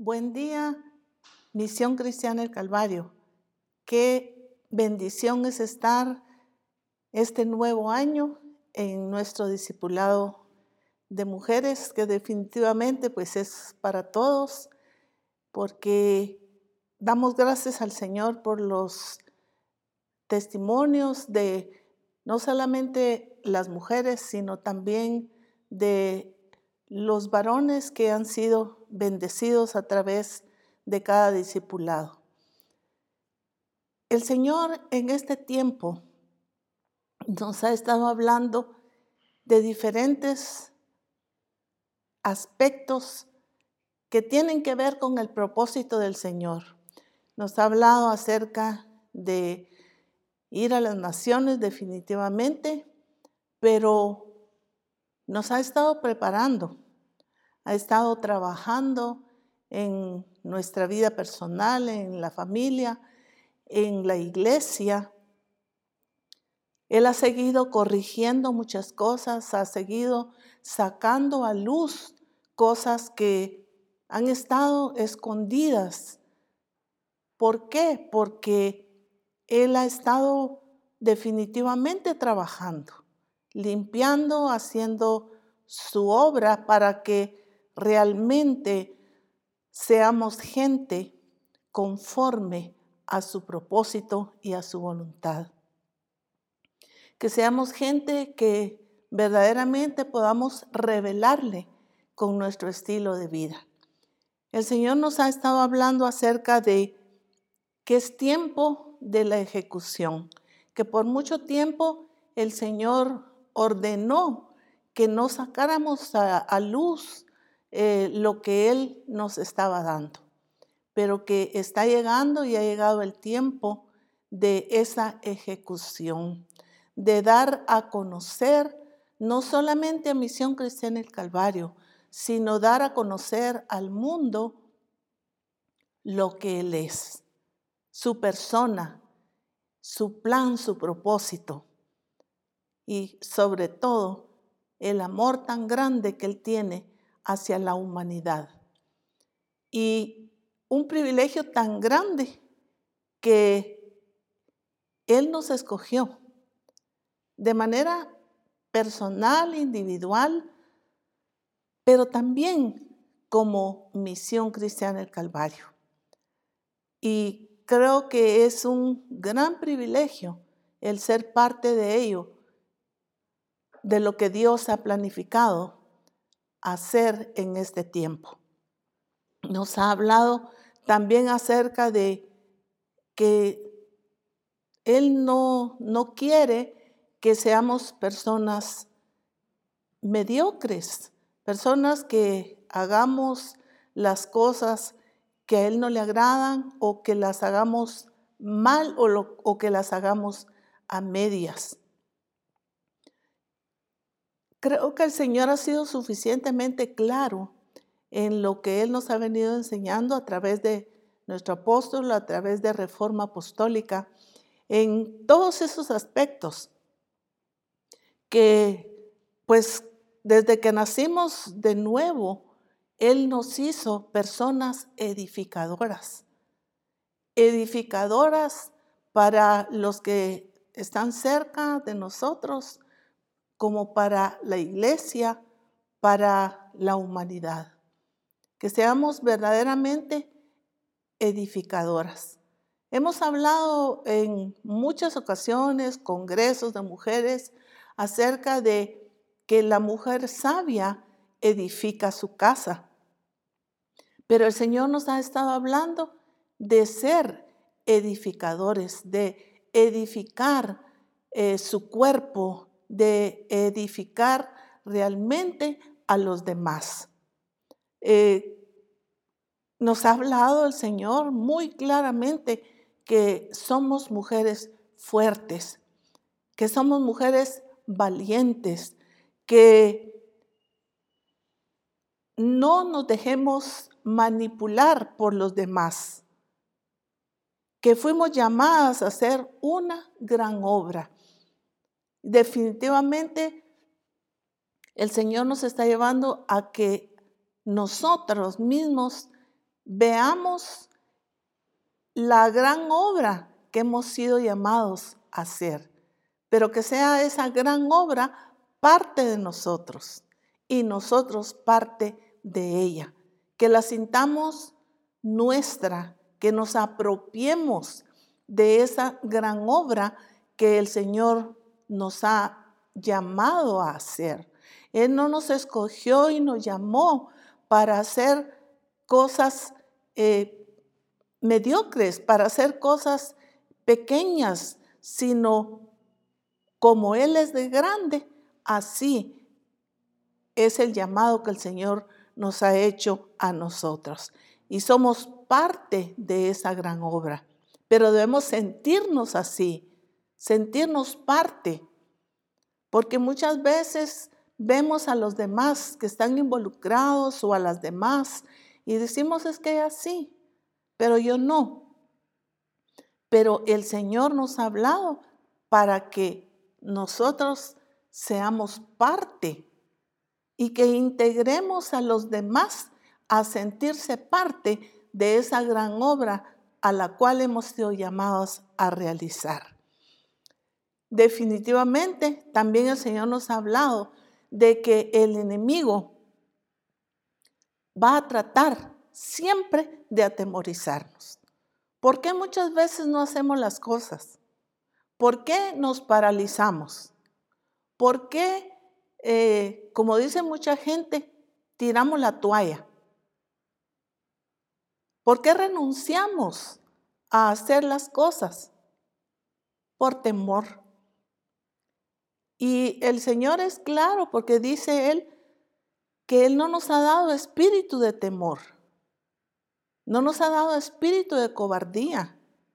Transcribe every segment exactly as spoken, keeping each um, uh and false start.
Buen día, Misión Cristiana El Calvario. Qué bendición es estar este nuevo año en nuestro discipulado de mujeres, que definitivamente pues es para todos, porque damos gracias al Señor por los testimonios de no solamente las mujeres, sino también de los varones que han sido bendecidos a través de cada discipulado. El Señor en este tiempo nos ha estado hablando de diferentes aspectos que tienen que ver con el propósito del Señor. Nos ha hablado acerca de ir a las naciones definitivamente, pero nos ha estado preparando, ha estado trabajando en nuestra vida personal, en la familia, en la iglesia. Él ha seguido corrigiendo muchas cosas, ha seguido sacando a luz cosas que han estado escondidas. ¿Por qué? Porque Él ha estado definitivamente trabajando, limpiando, haciendo su obra para que realmente seamos gente conforme a su propósito y a su voluntad. Que seamos gente que verdaderamente podamos revelarle con nuestro estilo de vida. El Señor nos ha estado hablando acerca de que es tiempo de la ejecución, que por mucho tiempo el Señor ordenó que no sacáramos a, a luz eh, lo que Él nos estaba dando, pero que está llegando y ha llegado el tiempo de esa ejecución, de dar a conocer no solamente a Misión Cristiana El Calvario, sino dar a conocer al mundo lo que Él es, su persona, su plan, su propósito y sobre todo el amor tan grande que Él tiene hacia la humanidad. Y un privilegio tan grande que Él nos escogió de manera personal, individual, pero también como Misión Cristiana El Calvario. Y creo que es un gran privilegio el ser parte de ello, de lo que Dios ha planificado hacer en este tiempo. Nos ha hablado también acerca de que Él no, no quiere que seamos personas mediocres, personas que hagamos las cosas que a Él no le agradan o que las hagamos mal o, lo, o que las hagamos a medias. Creo que el Señor ha sido suficientemente claro en lo que Él nos ha venido enseñando a través de nuestro apóstol, a través de Reforma Apostólica, en todos esos aspectos que, pues, desde que nacimos de nuevo, Él nos hizo personas edificadoras, edificadoras para los que están cerca de nosotros, como para la iglesia, para la humanidad. Que seamos verdaderamente edificadoras. Hemos hablado en muchas ocasiones, congresos de mujeres, acerca de que la mujer sabia edifica su casa. Pero el Señor nos ha estado hablando de ser edificadores, de edificar eh, su cuerpo, de edificar realmente a los demás. Eh, nos ha hablado el Señor muy claramente que somos mujeres fuertes, que somos mujeres valientes, que no nos dejemos manipular por los demás, que fuimos llamadas a hacer una gran obra. Definitivamente el Señor nos está llevando a que nosotros mismos veamos la gran obra que hemos sido llamados a hacer, pero que sea esa gran obra parte de nosotros y nosotros parte de ella, que la sintamos nuestra, que nos apropiemos de esa gran obra que el Señor nos ha llamado a hacer. Él no nos escogió y nos llamó para hacer cosas eh, mediocres, para hacer cosas pequeñas, sino como Él es de grande, así es el llamado que el Señor nos ha hecho a nosotros. Y somos parte de esa gran obra, pero debemos sentirnos así, sentirnos parte, porque muchas veces vemos a los demás que están involucrados o a las demás y decimos es que es así, pero yo no. Pero el Señor nos ha hablado para que nosotros seamos parte y que integremos a los demás a sentirse parte de esa gran obra a la cual hemos sido llamados a realizar. Definitivamente, también el Señor nos ha hablado de que el enemigo va a tratar siempre de atemorizarnos. ¿Por qué muchas veces no hacemos las cosas? ¿Por qué nos paralizamos? ¿Por qué, eh, como dice mucha gente, tiramos la toalla? ¿Por qué renunciamos a hacer las cosas? Por temor. Y el Señor es claro porque dice Él que Él no nos ha dado espíritu de temor, no nos ha dado espíritu de cobardía,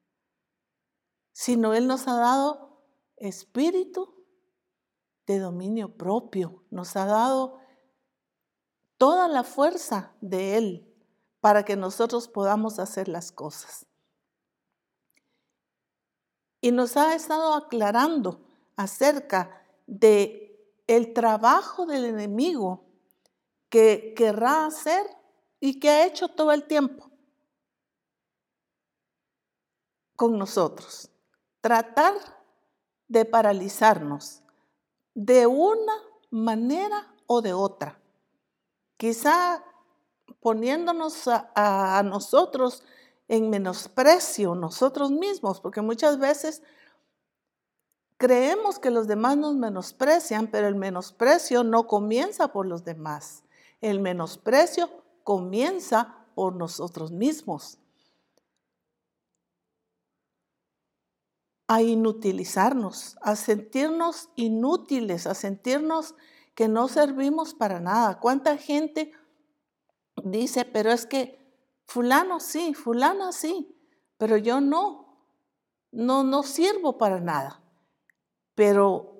sino Él nos ha dado espíritu de dominio propio, nos ha dado toda la fuerza de Él para que nosotros podamos hacer las cosas. Y nos ha estado aclarando acerca de el trabajo del enemigo que querrá hacer y que ha hecho todo el tiempo con nosotros. Tratar de paralizarnos de una manera o de otra. Quizá poniéndonos a, a, a nosotros en menosprecio, nosotros mismos, porque muchas veces creemos que los demás nos menosprecian, pero el menosprecio no comienza por los demás. El menosprecio comienza por nosotros mismos. A inutilizarnos, a sentirnos inútiles, a sentirnos que no servimos para nada. ¿Cuánta gente dice, pero es que fulano sí, fulana sí, pero yo no, no, no sirvo para nada? Pero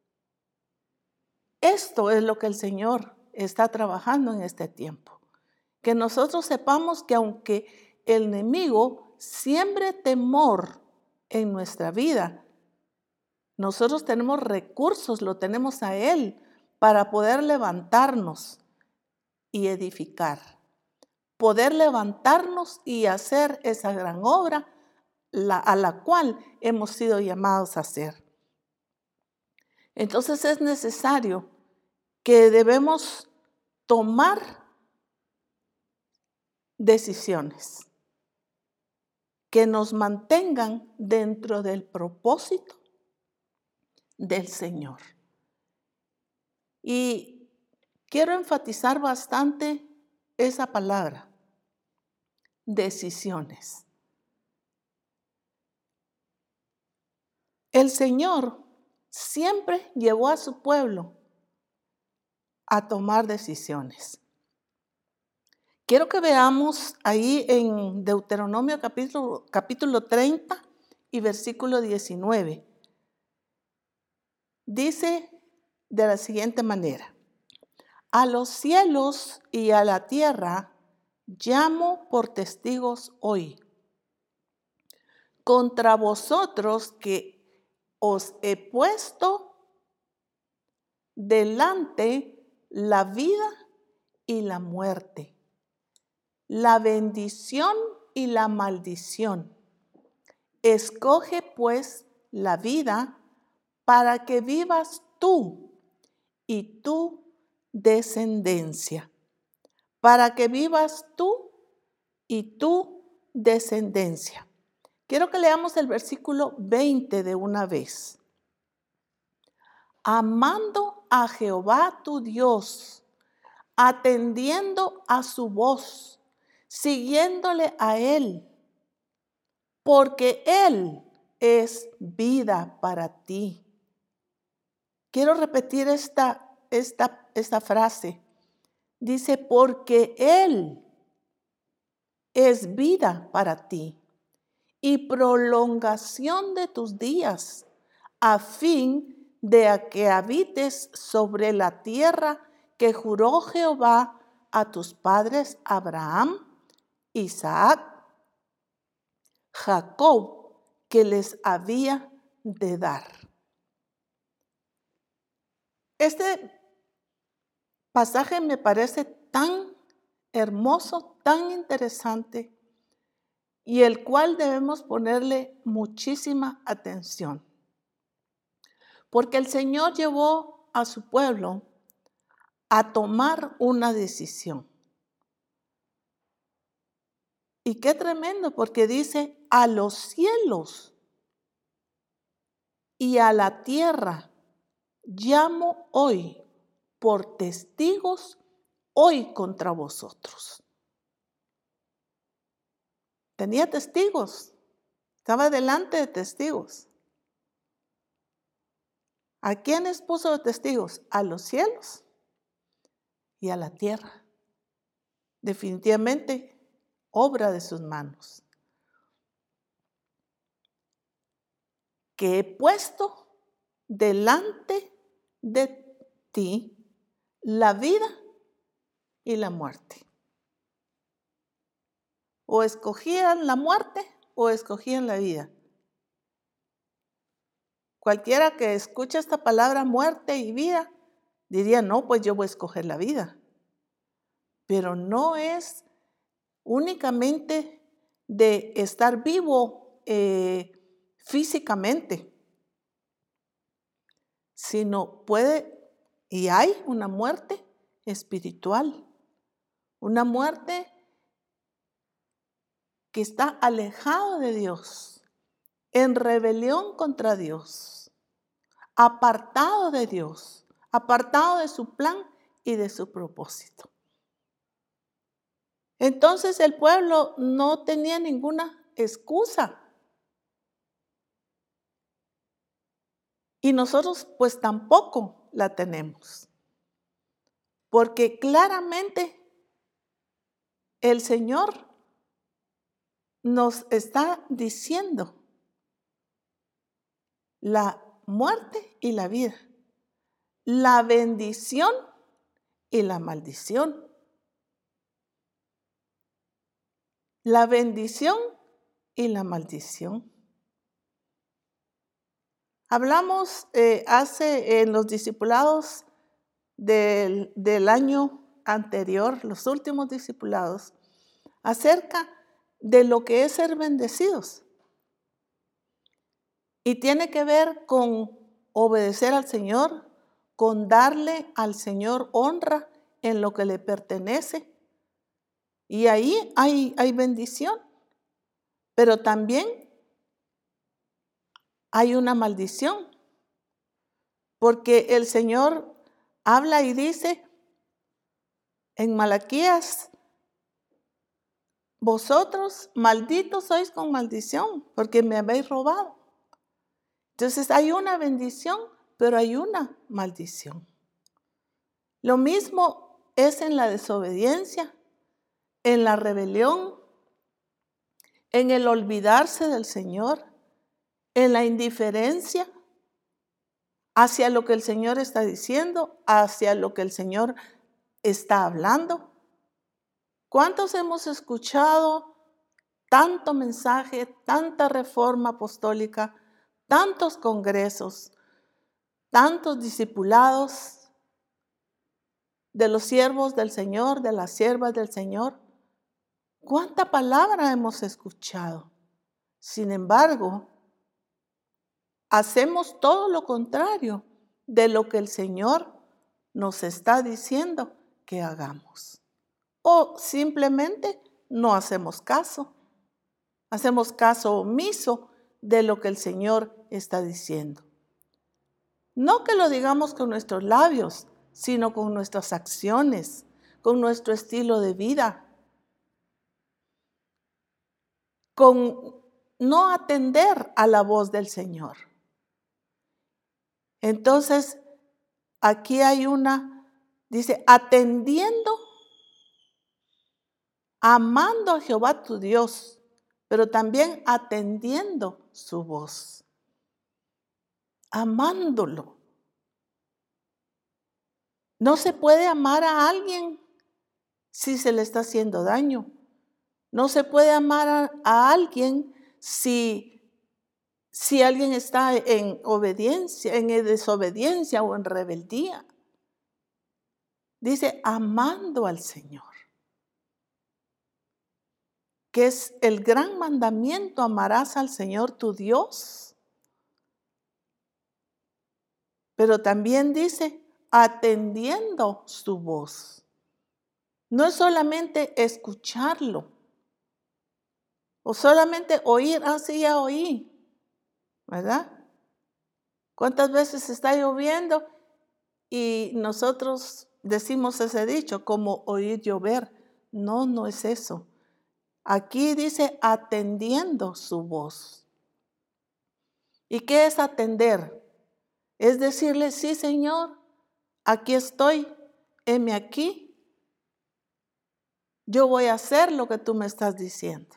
esto es lo que el Señor está trabajando en este tiempo. Que nosotros sepamos que aunque el enemigo siembre temor en nuestra vida, nosotros tenemos recursos, lo tenemos a Él para poder levantarnos y edificar. Poder levantarnos y hacer esa gran obra la, a la cual hemos sido llamados a hacer. Entonces es necesario que debemos tomar decisiones que nos mantengan dentro del propósito del Señor. Y quiero enfatizar bastante esa palabra, decisiones. El Señor siempre llevó a su pueblo a tomar decisiones. Quiero que veamos ahí en Deuteronomio capítulo, capítulo treinta y versículo diecinueve. Dice de la siguiente manera: a los cielos y a la tierra llamo por testigos hoy, contra vosotros que os he puesto delante la vida y la muerte, la bendición y la maldición. Escoge pues la vida para que vivas tú y tu descendencia. Para que vivas tú y tu descendencia. Quiero que leamos el versículo veinte de una vez. Amando a Jehová tu Dios, atendiendo a su voz, siguiéndole a Él, porque Él es vida para ti. Quiero repetir esta, esta, esta frase. Dice, porque Él es vida para ti y prolongación de tus días, a fin de que habites sobre la tierra que juró Jehová a tus padres Abraham, Isaac, Jacob, que les había de dar. Este pasaje me parece tan hermoso, tan interesante, y el cual debemos ponerle muchísima atención. Porque el Señor llevó a su pueblo a tomar una decisión. Y qué tremendo, porque dice, a los cielos y a la tierra llamo hoy por testigos hoy contra vosotros. Tenía testigos, estaba delante de testigos. ¿A quiénes puso de testigos? A los cielos y a la tierra. Definitivamente, obra de sus manos. Que he puesto delante de ti la vida y la muerte. O escogían la muerte o escogían la vida. Cualquiera que escuche esta palabra muerte y vida diría, no, pues yo voy a escoger la vida. Pero no es únicamente de estar vivo eh, físicamente, sino puede, y hay una muerte espiritual, una muerte que está alejado de Dios, en rebelión contra Dios, apartado de Dios, apartado de su plan y de su propósito. Entonces el pueblo no tenía ninguna excusa. Y nosotros pues tampoco la tenemos. Porque claramente el Señor nos está diciendo la muerte y la vida, la bendición y la maldición. La bendición y la maldición. Hablamos eh, hace en los discipulados del, del año anterior, los últimos discipulados, acerca de lo que es ser bendecidos. Y tiene que ver con obedecer al Señor, con darle al Señor honra en lo que le pertenece. Y ahí hay, hay bendición, pero también hay una maldición, porque el Señor habla y dice en Malaquías, vosotros malditos sois con maldición, porque me habéis robado. Entonces hay una bendición, pero hay una maldición. Lo mismo es en la desobediencia, en la rebelión, en el olvidarse del Señor, en la indiferencia hacia lo que el Señor está diciendo, hacia lo que el Señor está hablando. ¿Cuántos hemos escuchado tanto mensaje, tanta reforma apostólica, tantos congresos, tantos discipulados de los siervos del Señor, de las siervas del Señor, ¿Cuánta palabra hemos escuchado? Sin embargo, hacemos todo lo contrario de lo que el Señor nos está diciendo que hagamos. O simplemente no hacemos caso. Hacemos caso omiso de lo que el Señor está diciendo. No que lo digamos con nuestros labios, sino con nuestras acciones, con nuestro estilo de vida, con no atender a la voz del Señor. Entonces, aquí hay una, dice, atendiendo, amando a Jehová tu Dios, pero también atendiendo su voz, amándolo. No se puede amar a alguien si se le está haciendo daño. No se puede amar a, a alguien si, si alguien está en obediencia, en desobediencia o en rebeldía. Dice, amando al Señor, que es el gran mandamiento, amarás al Señor tu Dios. Pero también dice, atendiendo su voz. No es solamente escucharlo, o solamente oír, así ah, ya oí, ¿verdad? ¿Cuántas veces está lloviendo y nosotros decimos ese dicho, como oír llover? No, no es eso. Aquí dice atendiendo su voz. ¿Y qué es atender? Es decirle, sí, Señor, aquí estoy, heme aquí. Yo voy a hacer lo que tú me estás diciendo.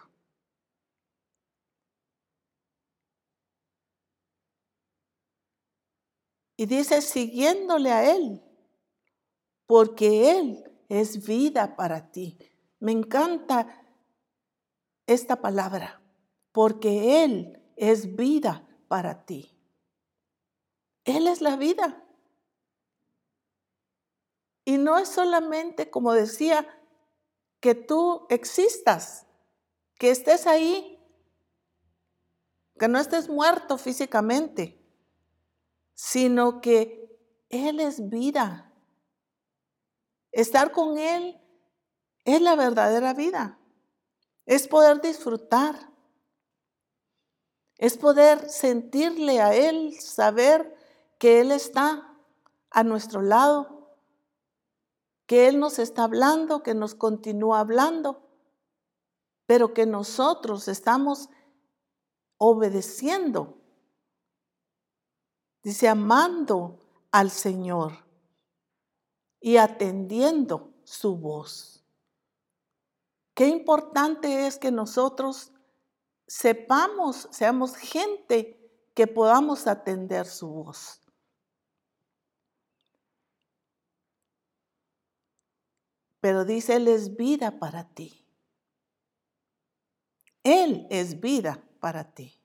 Y dice, siguiéndole a Él, porque Él es vida para ti. Me encanta esta palabra, porque Él es vida para ti. Él es la vida. Y no es solamente, como decía, que tú existas, que estés ahí, que no estés muerto físicamente, sino que Él es vida. Estar con Él es la verdadera vida. Es poder disfrutar. Es poder sentirle a Él, saber que Él está a nuestro lado, que Él nos está hablando, que nos continúa hablando, pero que nosotros estamos obedeciendo. Dice, amando al Señor y atendiendo su voz. Qué importante es que nosotros sepamos, seamos gente que podamos atender su voz. Pero dice, Él es vida para ti. Él es vida para ti.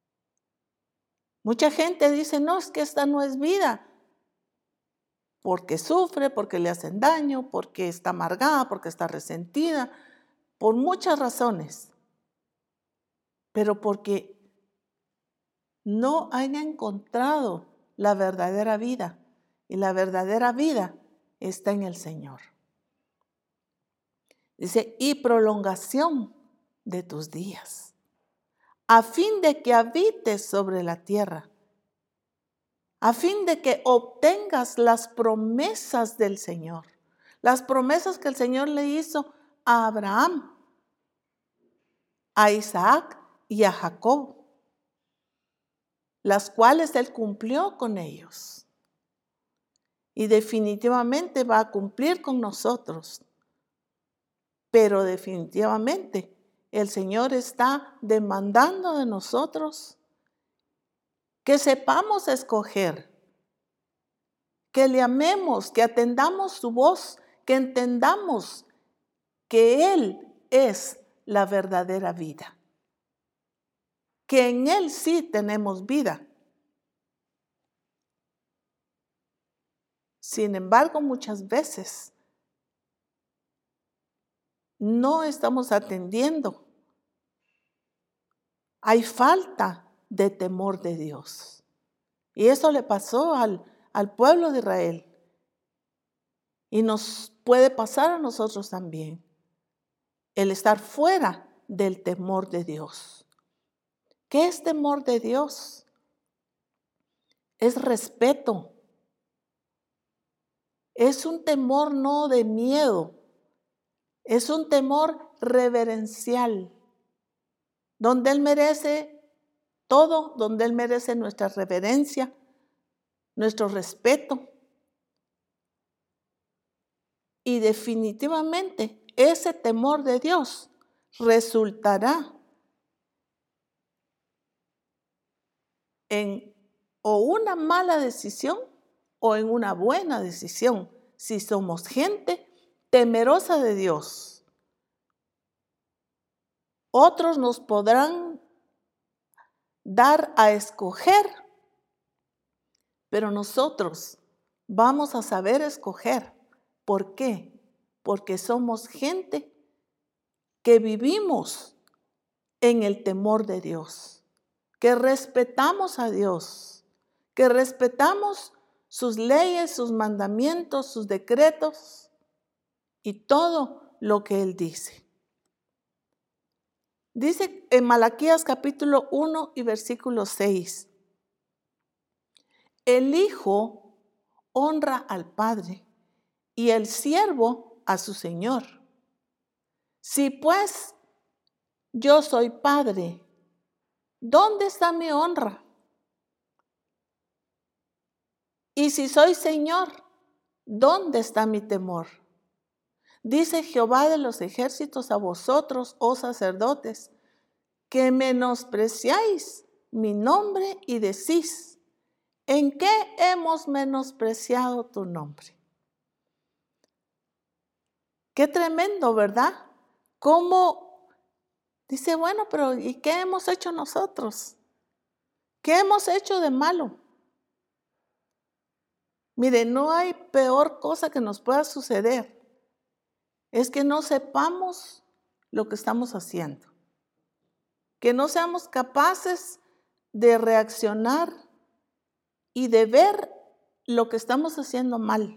Mucha gente dice, no, es que esta no es vida. Porque sufre, porque le hacen daño, porque está amargada, porque está resentida, por muchas razones. Pero porque no han encontrado la verdadera vida. Y la verdadera vida está en el Señor. Dice, y prolongación de tus días, a fin de que habites sobre la tierra, a fin de que obtengas las promesas del Señor, las promesas que el Señor le hizo a Abraham, a Isaac y a Jacob, las cuales Él cumplió con ellos. Y definitivamente va a cumplir con nosotros. Pero definitivamente el Señor está demandando de nosotros que sepamos escoger, que le amemos, que atendamos su voz, que entendamos que Él es la verdadera vida, que en Él sí tenemos vida. Sin embargo, muchas veces no estamos atendiendo. Hay falta de temor de Dios. Y eso le pasó al, al pueblo de Israel. Y nos puede pasar a nosotros también. El estar fuera del temor de Dios. ¿Qué es temor de Dios? Es respeto. Es un temor no de miedo. Es un temor reverencial. Donde Él merece todo, donde Él merece nuestra reverencia, nuestro respeto. Y definitivamente ese temor de Dios resultará en o una mala decisión o en una buena decisión, si somos gente temerosa de Dios. Otros nos podrán dar a escoger, pero nosotros vamos a saber escoger. ¿Por qué? Porque somos gente que vivimos en el temor de Dios, que respetamos a Dios, que respetamos sus leyes, sus mandamientos, sus decretos y todo lo que Él dice. Dice en Malaquías capítulo uno y versículo seis, el Hijo honra al Padre y el siervo a su Señor. Si pues yo soy Padre, ¿dónde está mi honra? Y si soy Señor, ¿dónde está mi temor? Dice Jehová de los ejércitos a vosotros, oh sacerdotes, que menospreciáis mi nombre y decís, ¿en qué hemos menospreciado tu nombre? Qué tremendo, ¿verdad? ¿Cómo? Dice, bueno, pero ¿y qué hemos hecho nosotros? ¿Qué hemos hecho de malo? Mire, no hay peor cosa que nos pueda suceder. Es que no sepamos lo que estamos haciendo. Que no seamos capaces de reaccionar y de ver lo que estamos haciendo mal.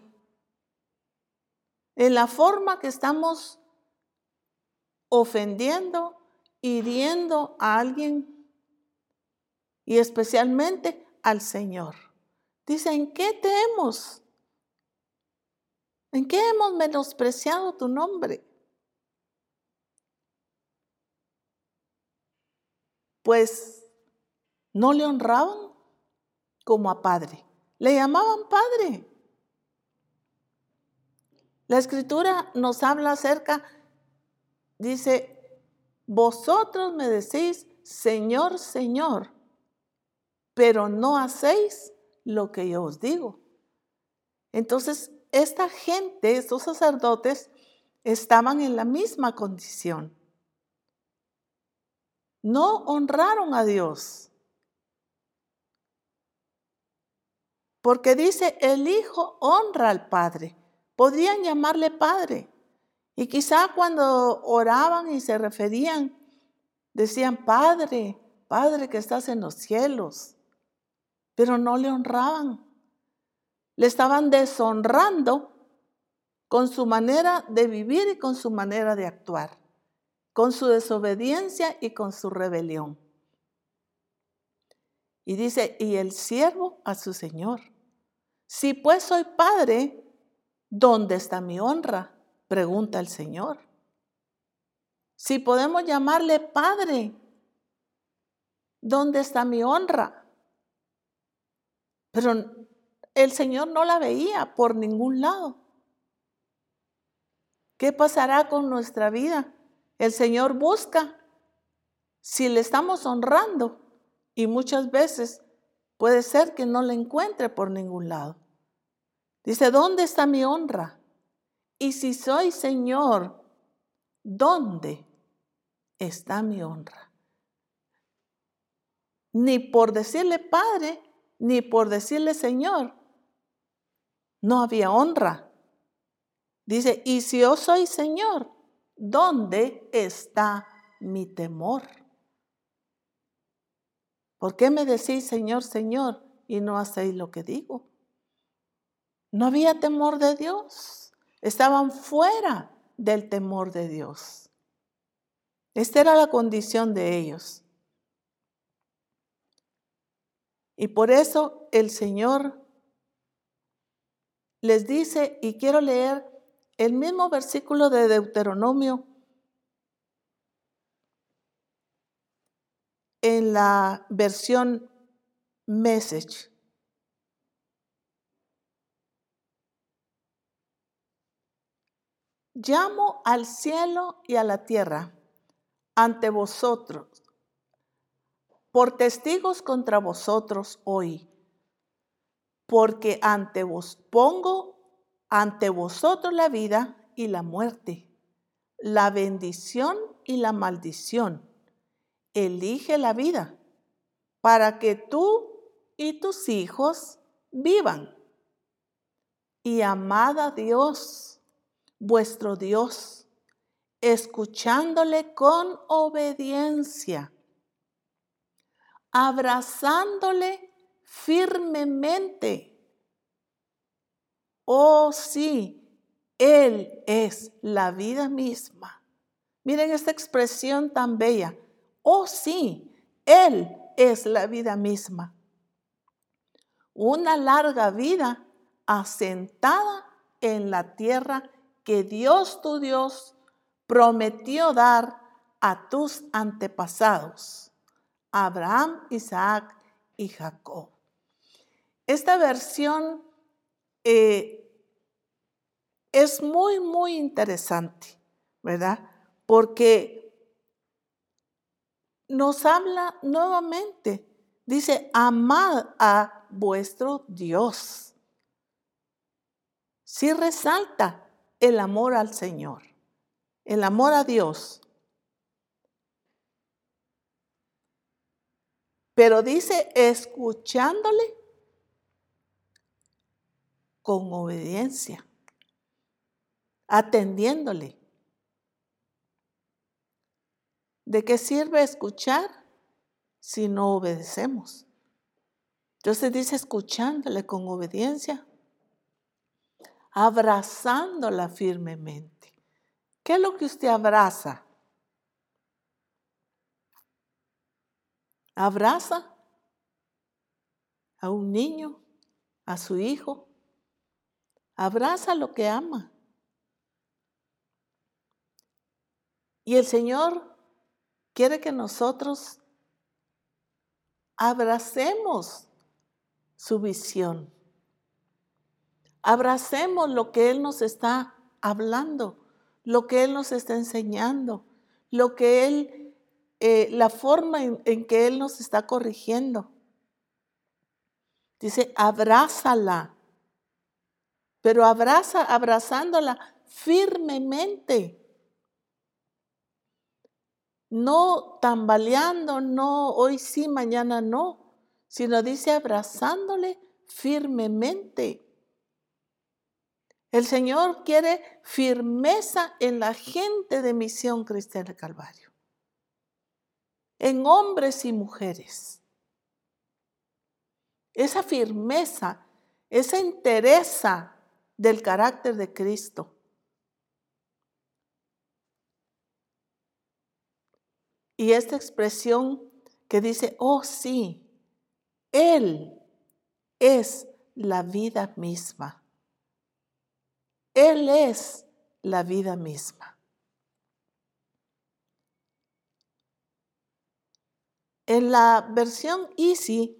En la forma que estamos ofendiendo, hiriendo a alguien y especialmente al Señor. Dice, ¿en qué te hemos? ¿En qué hemos menospreciado tu nombre? Pues no le honraban como a padre. Le llamaban padre. La Escritura nos habla acerca, dice, vosotros me decís, Señor, Señor, pero no hacéis lo que yo os digo. Entonces, esta gente, estos sacerdotes, estaban en la misma condición. No honraron a Dios. Porque dice, el Hijo honra al Padre. Podrían llamarle Padre. Y quizá cuando oraban y se referían, decían, Padre, Padre que estás en los cielos. Pero no le honraban. Le estaban deshonrando con su manera de vivir y con su manera de actuar, con su desobediencia y con su rebelión. Y dice, y el siervo a su Señor. Si pues soy padre, ¿dónde está mi honra? Pregunta el Señor. Si podemos llamarle padre, ¿dónde está mi honra? Pero el Señor no la veía por ningún lado. ¿Qué pasará con nuestra vida? El Señor busca si le estamos honrando y muchas veces puede ser que no la encuentre por ningún lado. Dice, ¿dónde está mi honra? Y si soy Señor, ¿dónde está mi honra? Ni por decirle Padre, ni por decirle Señor, no había honra. Dice, y si yo soy Señor, ¿dónde está mi temor? ¿Por qué me decís, Señor, Señor, y no hacéis lo que digo? No había temor de Dios. Estaban fuera del temor de Dios. Esta era la condición de ellos. Y por eso el Señor les dice, y quiero leer el mismo versículo de Deuteronomio en la versión Message. Llamo al cielo y a la tierra ante vosotros, por testigos contra vosotros hoy, porque ante vos pongo ante vosotros la vida y la muerte, la bendición y la maldición. Elige la vida para que tú y tus hijos vivan. Y amad a Dios, vuestro Dios, escuchándole con obediencia, abrazándole firmemente. Oh, sí, Él es la vida misma. Miren esta expresión tan bella. Oh, sí, Él es la vida misma. Una larga vida asentada en la tierra que Dios tu Dios prometió dar a tus antepasados, Abraham, Isaac y Jacob. Esta versión eh, es muy, muy interesante, ¿verdad? Porque nos habla nuevamente, dice, amad a vuestro Dios. Sí resalta el amor al Señor, el amor a Dios. Pero dice, escuchándole con obediencia, atendiéndole. ¿De qué sirve escuchar si no obedecemos? Entonces dice, escuchándole con obediencia, abrazándola firmemente. ¿Qué es lo que usted abraza? ¿Abraza a un niño, a su hijo? Abraza lo que ama. Y el Señor quiere que nosotros abracemos su visión. Abracemos lo que Él nos está hablando, lo que Él nos está enseñando, lo que Él, eh, la forma en, en que Él nos está corrigiendo. Dice, abrázala, pero abraza, abrazándola firmemente. No tambaleando, no hoy sí, mañana no, sino dice abrazándole firmemente. El Señor quiere firmeza en la gente de Misión Cristiana del Calvario, en hombres y mujeres. Esa firmeza, esa entereza del carácter de Cristo. Y esta expresión que dice, oh sí, Él es la vida misma. Él es la vida misma. En la versión Easy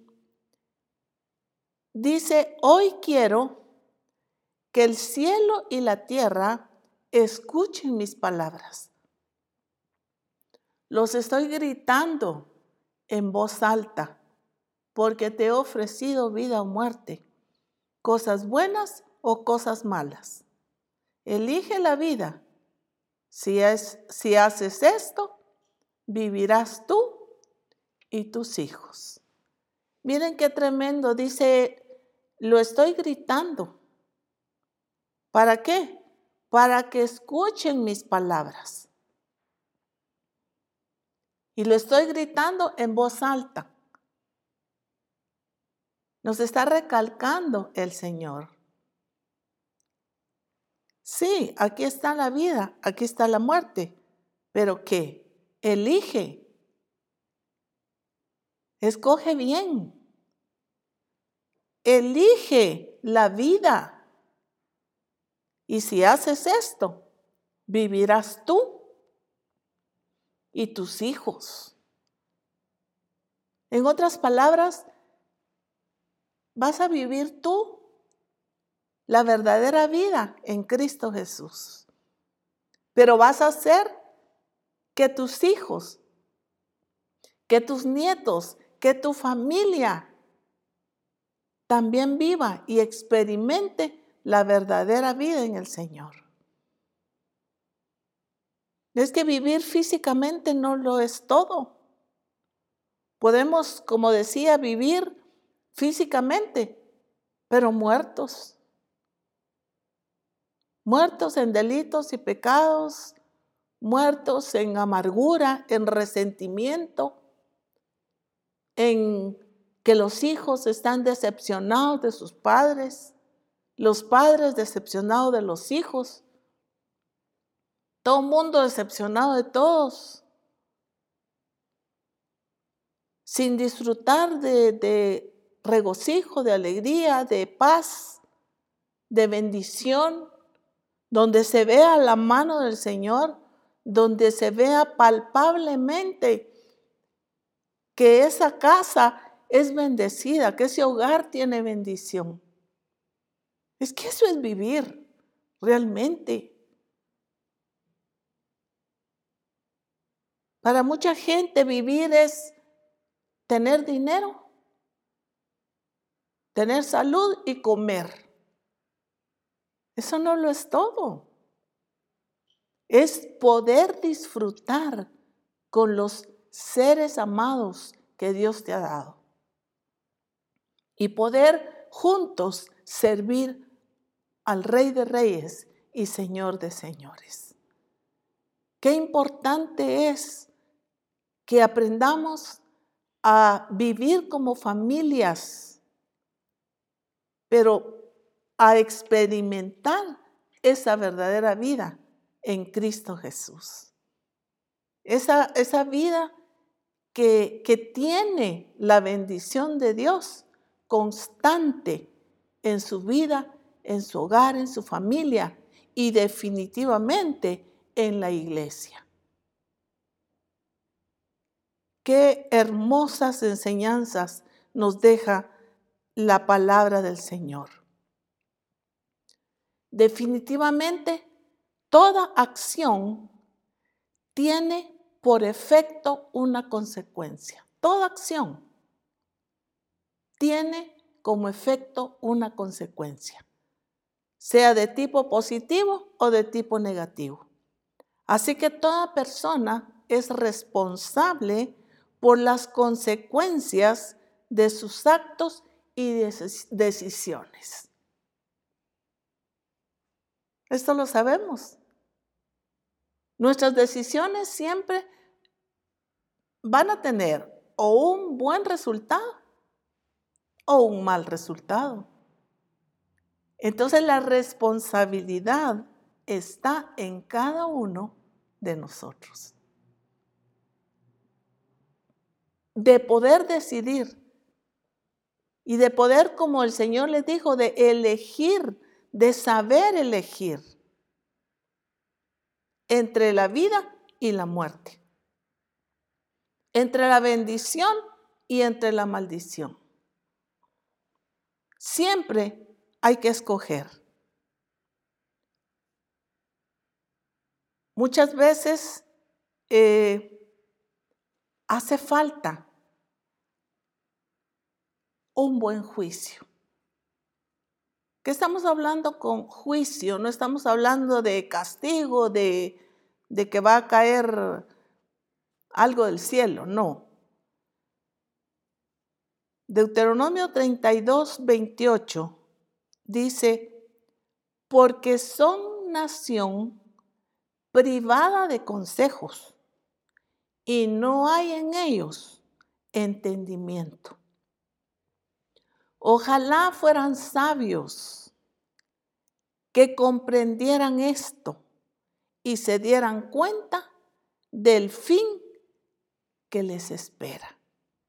dice, hoy quiero que el cielo y la tierra escuchen mis palabras. Los estoy gritando en voz alta, porque te he ofrecido vida o muerte, cosas buenas o cosas malas. Elige la vida. Si, es, si haces esto, vivirás tú y tus hijos. Miren qué tremendo, dice, lo estoy gritando. ¿Para qué? Para que escuchen mis palabras. Y lo estoy gritando en voz alta. Nos está recalcando el Señor. Sí, aquí está la vida, aquí está la muerte. ¿Pero qué? Elige. Escoge bien. Elige la vida. Y si haces esto, vivirás tú y tus hijos. En otras palabras, vas a vivir tú la verdadera vida en Cristo Jesús. Pero vas a hacer que tus hijos, que tus nietos, que tu familia también viva y experimente la verdadera vida en el Señor. Es que vivir físicamente no lo es todo. Podemos, como decía, vivir físicamente, pero muertos. Muertos en delitos y pecados, muertos en amargura, en resentimiento, en que los hijos están decepcionados de sus padres, los padres decepcionados de los hijos, todo el mundo decepcionado de todos, sin disfrutar de, de regocijo, de alegría, de paz, de bendición, donde se vea la mano del Señor, donde se vea palpablemente que esa casa es bendecida, que ese hogar tiene bendición. Es que eso es vivir realmente. Para mucha gente vivir es tener dinero, tener salud y comer. Eso no lo es todo. Es poder disfrutar con los seres amados que Dios te ha dado. Y poder juntos servir al Rey de Reyes y Señor de Señores. Qué importante es que aprendamos a vivir como familias, pero a experimentar esa verdadera vida en Cristo Jesús. Esa, esa vida que, que tiene la bendición de Dios constante en su vida, en su hogar, en su familia y definitivamente en la iglesia. Qué hermosas enseñanzas nos deja la palabra del Señor. Definitivamente, toda acción tiene por efecto una consecuencia. Toda acción tiene como efecto una consecuencia, sea de tipo positivo o de tipo negativo. Así que toda persona es responsable por las consecuencias de sus actos y decisiones. Esto lo sabemos. Nuestras decisiones siempre van a tener o un buen resultado o un mal resultado. Entonces la responsabilidad está en cada uno de nosotros. De poder decidir y de poder, como el Señor les dijo, de elegir, de saber elegir entre la vida y la muerte, entre la bendición y entre la maldición. Siempre hay que escoger. Muchas veces eh, hace falta un buen juicio. ¿Qué estamos hablando con juicio? No estamos hablando de castigo, de, de que va a caer algo del cielo, no. Deuteronomio treinta y dos, veintiocho dice, porque son nación privada de consejos y no hay en ellos entendimiento. Ojalá fueran sabios que comprendieran esto y se dieran cuenta del fin que les espera.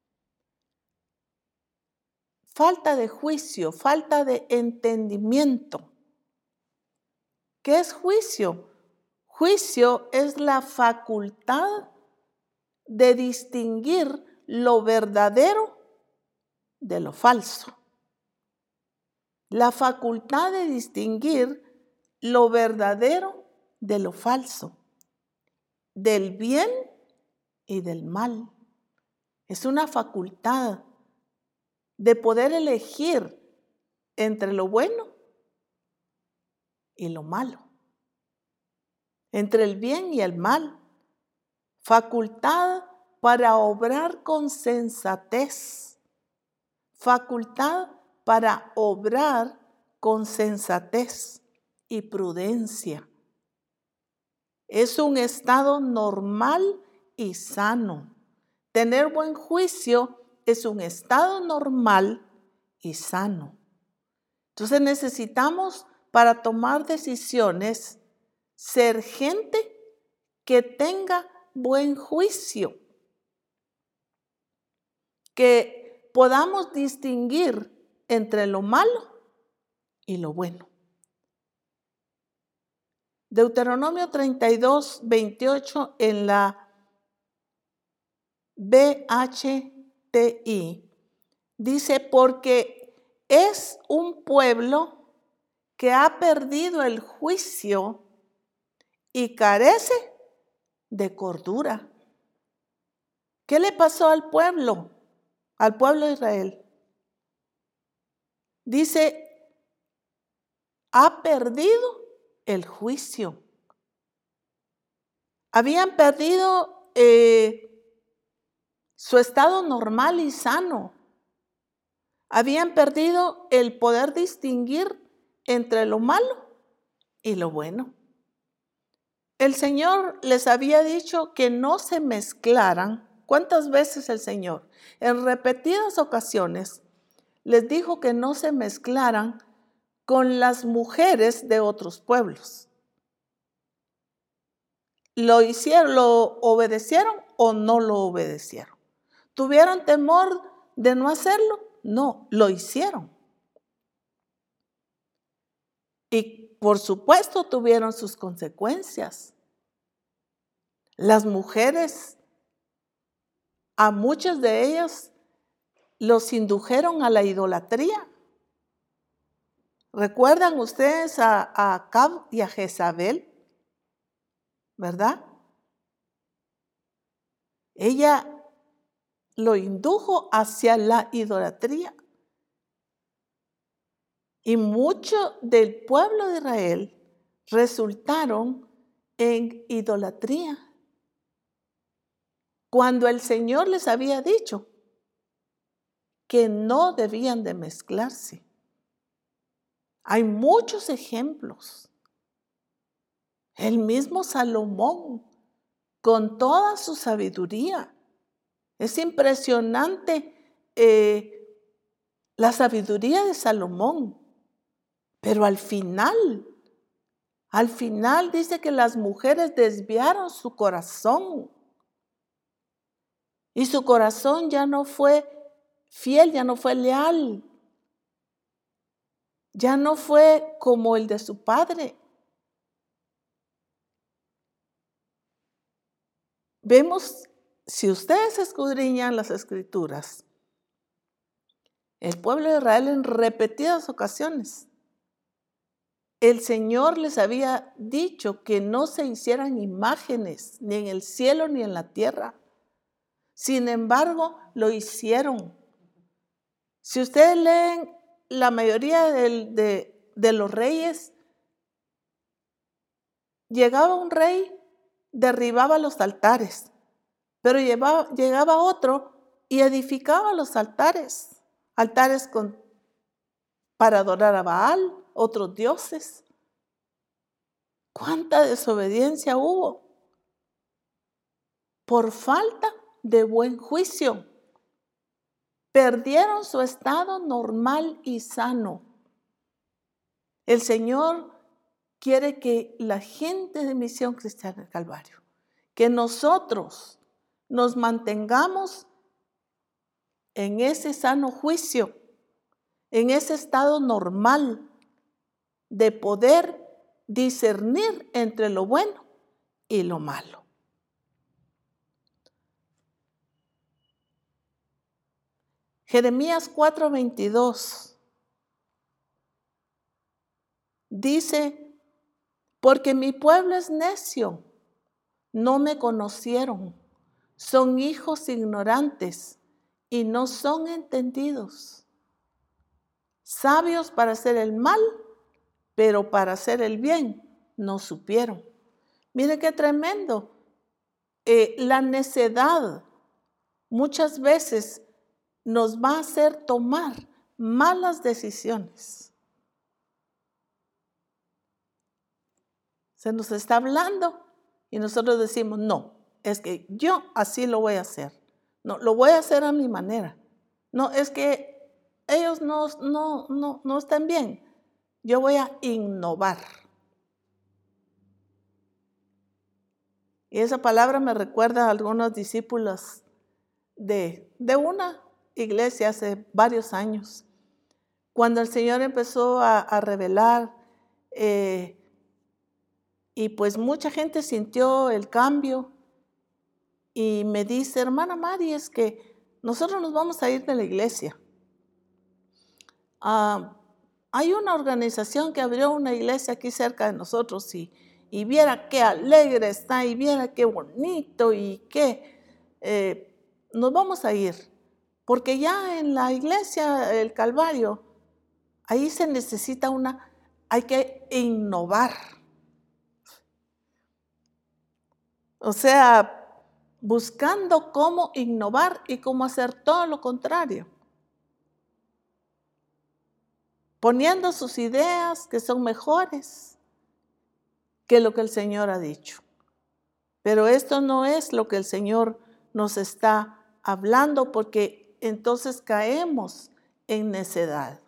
Falta de juicio, falta de entendimiento. ¿Qué es juicio? Juicio es la facultad de distinguir lo verdadero de lo falso. La facultad de distinguir lo verdadero de lo falso, del bien y del mal. Es una facultad de poder elegir entre lo bueno y lo malo, entre el bien y el mal. Facultad para obrar con sensatez, facultad para obrar con sensatez y prudencia. Es un estado normal y sano. Tener buen juicio es un estado normal y sano. Entonces necesitamos, para tomar decisiones, ser gente que tenga buen juicio, que podamos distinguir entre lo malo y lo bueno. Deuteronomio treinta y dos, veintiocho en la B H T I dice: porque es un pueblo que ha perdido el juicio y carece de cordura. ¿Qué le pasó al pueblo? Al pueblo de Israel. Dice, ha perdido el juicio. Habían perdido eh, su estado normal y sano. Habían perdido el poder distinguir entre lo malo y lo bueno. El Señor les había dicho que no se mezclaran. ¿Cuántas veces el Señor? En repetidas ocasiones les dijo que no se mezclaran con las mujeres de otros pueblos. ¿Lo hicieron, lo obedecieron o no lo obedecieron? ¿Tuvieron temor de no hacerlo? No, lo hicieron. Y por supuesto tuvieron sus consecuencias. Las mujeres, a muchas de ellas, los indujeron a la idolatría. ¿Recuerdan ustedes a, a Acab y a Jezabel? ¿Verdad? Ella lo indujo hacia la idolatría. Y mucho del pueblo de Israel resultaron en idolatría. Cuando el Señor les había dicho que no debían de mezclarse. Hay muchos ejemplos. El mismo Salomón, con toda su sabiduría. Es impresionante eh, la sabiduría de Salomón. Pero al final, al final dice que las mujeres desviaron su corazón. Y su corazón ya no fue fiel, ya no fue leal. Ya no fue como el de su padre. Vemos, si ustedes escudriñan las Escrituras, el pueblo de Israel en repetidas ocasiones, el Señor les había dicho que no se hicieran imágenes ni en el cielo ni en la tierra. Sin embargo, lo hicieron. Si ustedes leen la mayoría de, de, de los reyes, llegaba un rey, derribaba los altares, pero llevaba, llegaba otro y edificaba los altares, altares con, para adorar a Baal, otros dioses. ¿Cuánta desobediencia hubo? por falta de buen juicio. Perdieron su estado normal y sano. El Señor quiere que la gente de Misión Cristiana del Calvario, que nosotros nos mantengamos en ese sano juicio, en ese estado normal de poder discernir entre lo bueno y lo malo. Jeremías cuatro veintidós dice, porque mi pueblo es necio, no me conocieron, son hijos ignorantes y no son entendidos, sabios para hacer el mal, pero para hacer el bien no supieron. Mire qué tremendo. Eh, la necedad muchas veces nos va a hacer tomar malas decisiones. Se nos está hablando y nosotros decimos, no, es que yo así lo voy a hacer. No, lo voy a hacer a mi manera. No, es que ellos no, no, no, no están bien. Yo voy a innovar. Y esa palabra me recuerda a algunos discípulos de, de una iglesia hace varios años, cuando el Señor empezó a, a revelar eh, y pues mucha gente sintió el cambio y me dice, hermana Mari, es que nosotros nos vamos a ir de la iglesia. Ah, hay una organización que abrió una iglesia aquí cerca de nosotros y, y viera qué alegre está y viera qué bonito y qué eh, nos vamos a ir. Porque ya en la iglesia, el Calvario, ahí se necesita una, hay que innovar. O sea, buscando cómo innovar y cómo hacer todo lo contrario. Poniendo sus ideas que son mejores que lo que el Señor ha dicho. Pero esto no es lo que el Señor nos está hablando, porque entonces caemos en necedad.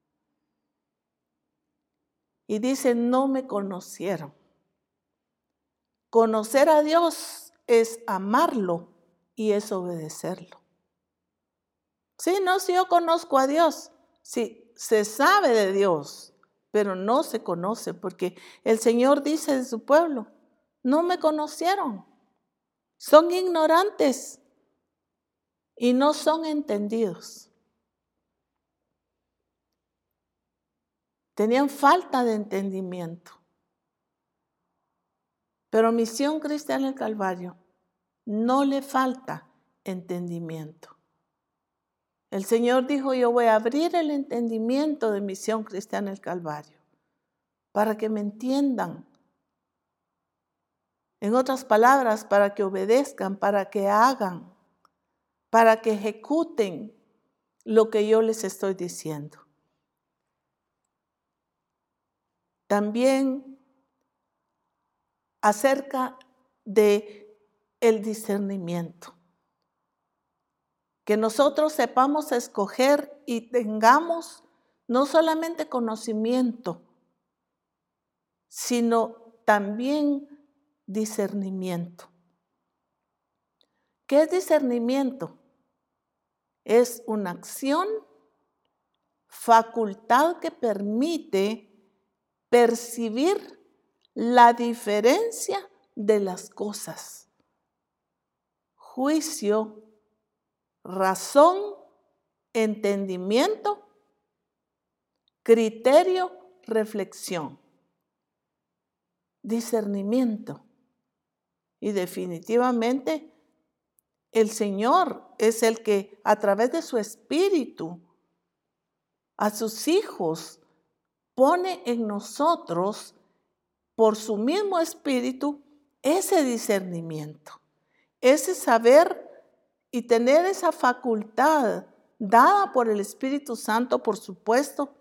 Y dice, no me conocieron. Conocer a Dios es amarlo y es obedecerlo. Sí, no, si yo conozco a Dios, sí, se sabe de Dios, pero no se conoce, porque el Señor dice de su pueblo, no me conocieron, son ignorantes y no son entendidos. Tenían falta de entendimiento. Pero Misión Cristiana del Calvario no le falta entendimiento. El Señor dijo, yo voy a abrir el entendimiento de Misión Cristiana del Calvario para que me entiendan. En otras palabras, para que obedezcan, para que hagan, para que ejecuten lo que yo les estoy diciendo. También acerca de el discernimiento. Que nosotros sepamos escoger y tengamos no solamente conocimiento, sino también discernimiento. ¿Qué es discernimiento? Es una acción, facultad que permite percibir la diferencia de las cosas. Juicio, razón, entendimiento, criterio, reflexión, discernimiento. Y definitivamente el Señor es el que a través de su Espíritu a sus hijos pone en nosotros por su mismo Espíritu ese discernimiento, ese saber y tener esa facultad dada por el Espíritu Santo, por supuesto,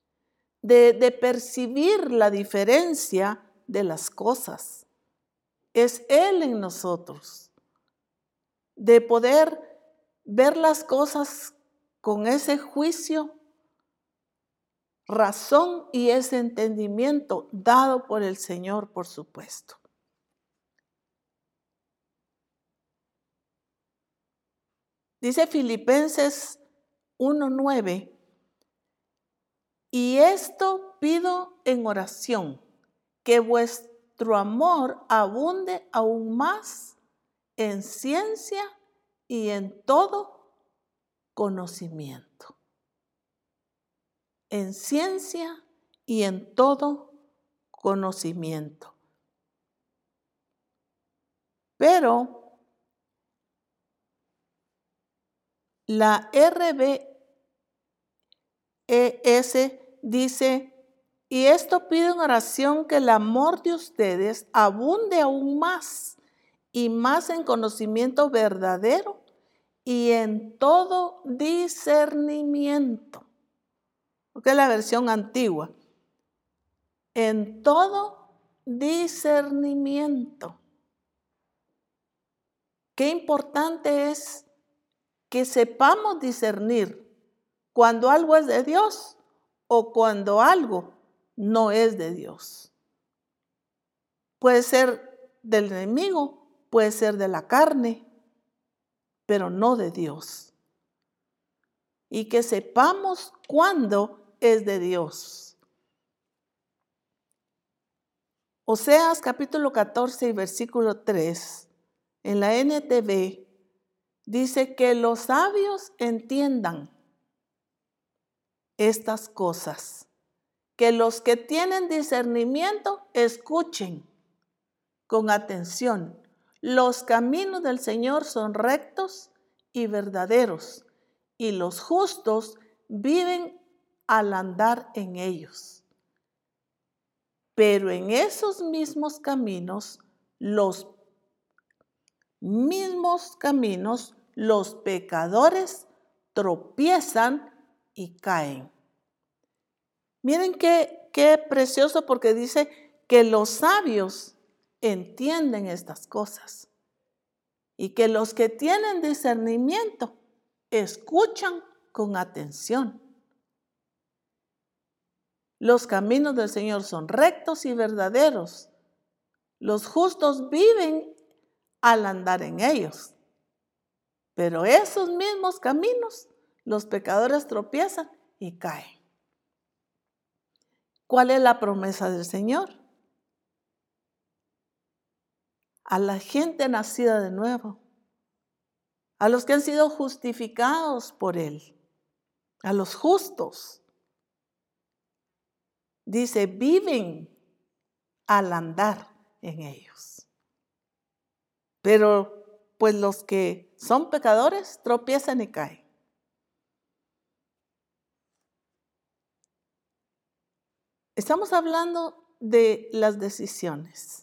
de, de percibir la diferencia de las cosas. es Él en nosotros, de poder ver las cosas con ese juicio, razón y ese entendimiento dado por el Señor, por supuesto. Dice Filipenses uno nueve, y esto pido en oración, que vuestro amor abunde aún más en ciencia y en todo conocimiento. En ciencia y en todo conocimiento. Pero la R V E S dice, y esto pido en oración que el amor de ustedes abunde aún más y más en conocimiento verdadero y en todo discernimiento. Porque es la versión antigua. En todo discernimiento. Qué importante es que sepamos discernir cuando algo es de Dios o cuando algo no es de Dios. Puede ser del enemigo, puede ser de la carne, pero no de Dios. Y que sepamos cuándo es de Dios. Oseas capítulo catorce y versículo tres, en la N T V, dice que los sabios entiendan estas cosas, que los que tienen discernimiento escuchen con atención. Los caminos del Señor son rectos y verdaderos, y los justos viven al andar en ellos. Pero en esos mismos caminos, los mismos caminos, los pecadores tropiezan y caen. Miren qué, qué precioso, porque dice que los sabios entienden estas cosas y que los que tienen discernimiento escuchan con atención. Los caminos del Señor son rectos y verdaderos. Los justos viven al andar en ellos. Pero esos mismos caminos, los pecadores tropiezan y caen. ¿Cuál es la promesa del Señor? A la gente nacida de nuevo, a los que han sido justificados por Él, a los justos. Dice, viven al andar en ellos. Pero pues los que son pecadores tropiezan y caen. Estamos hablando de las decisiones.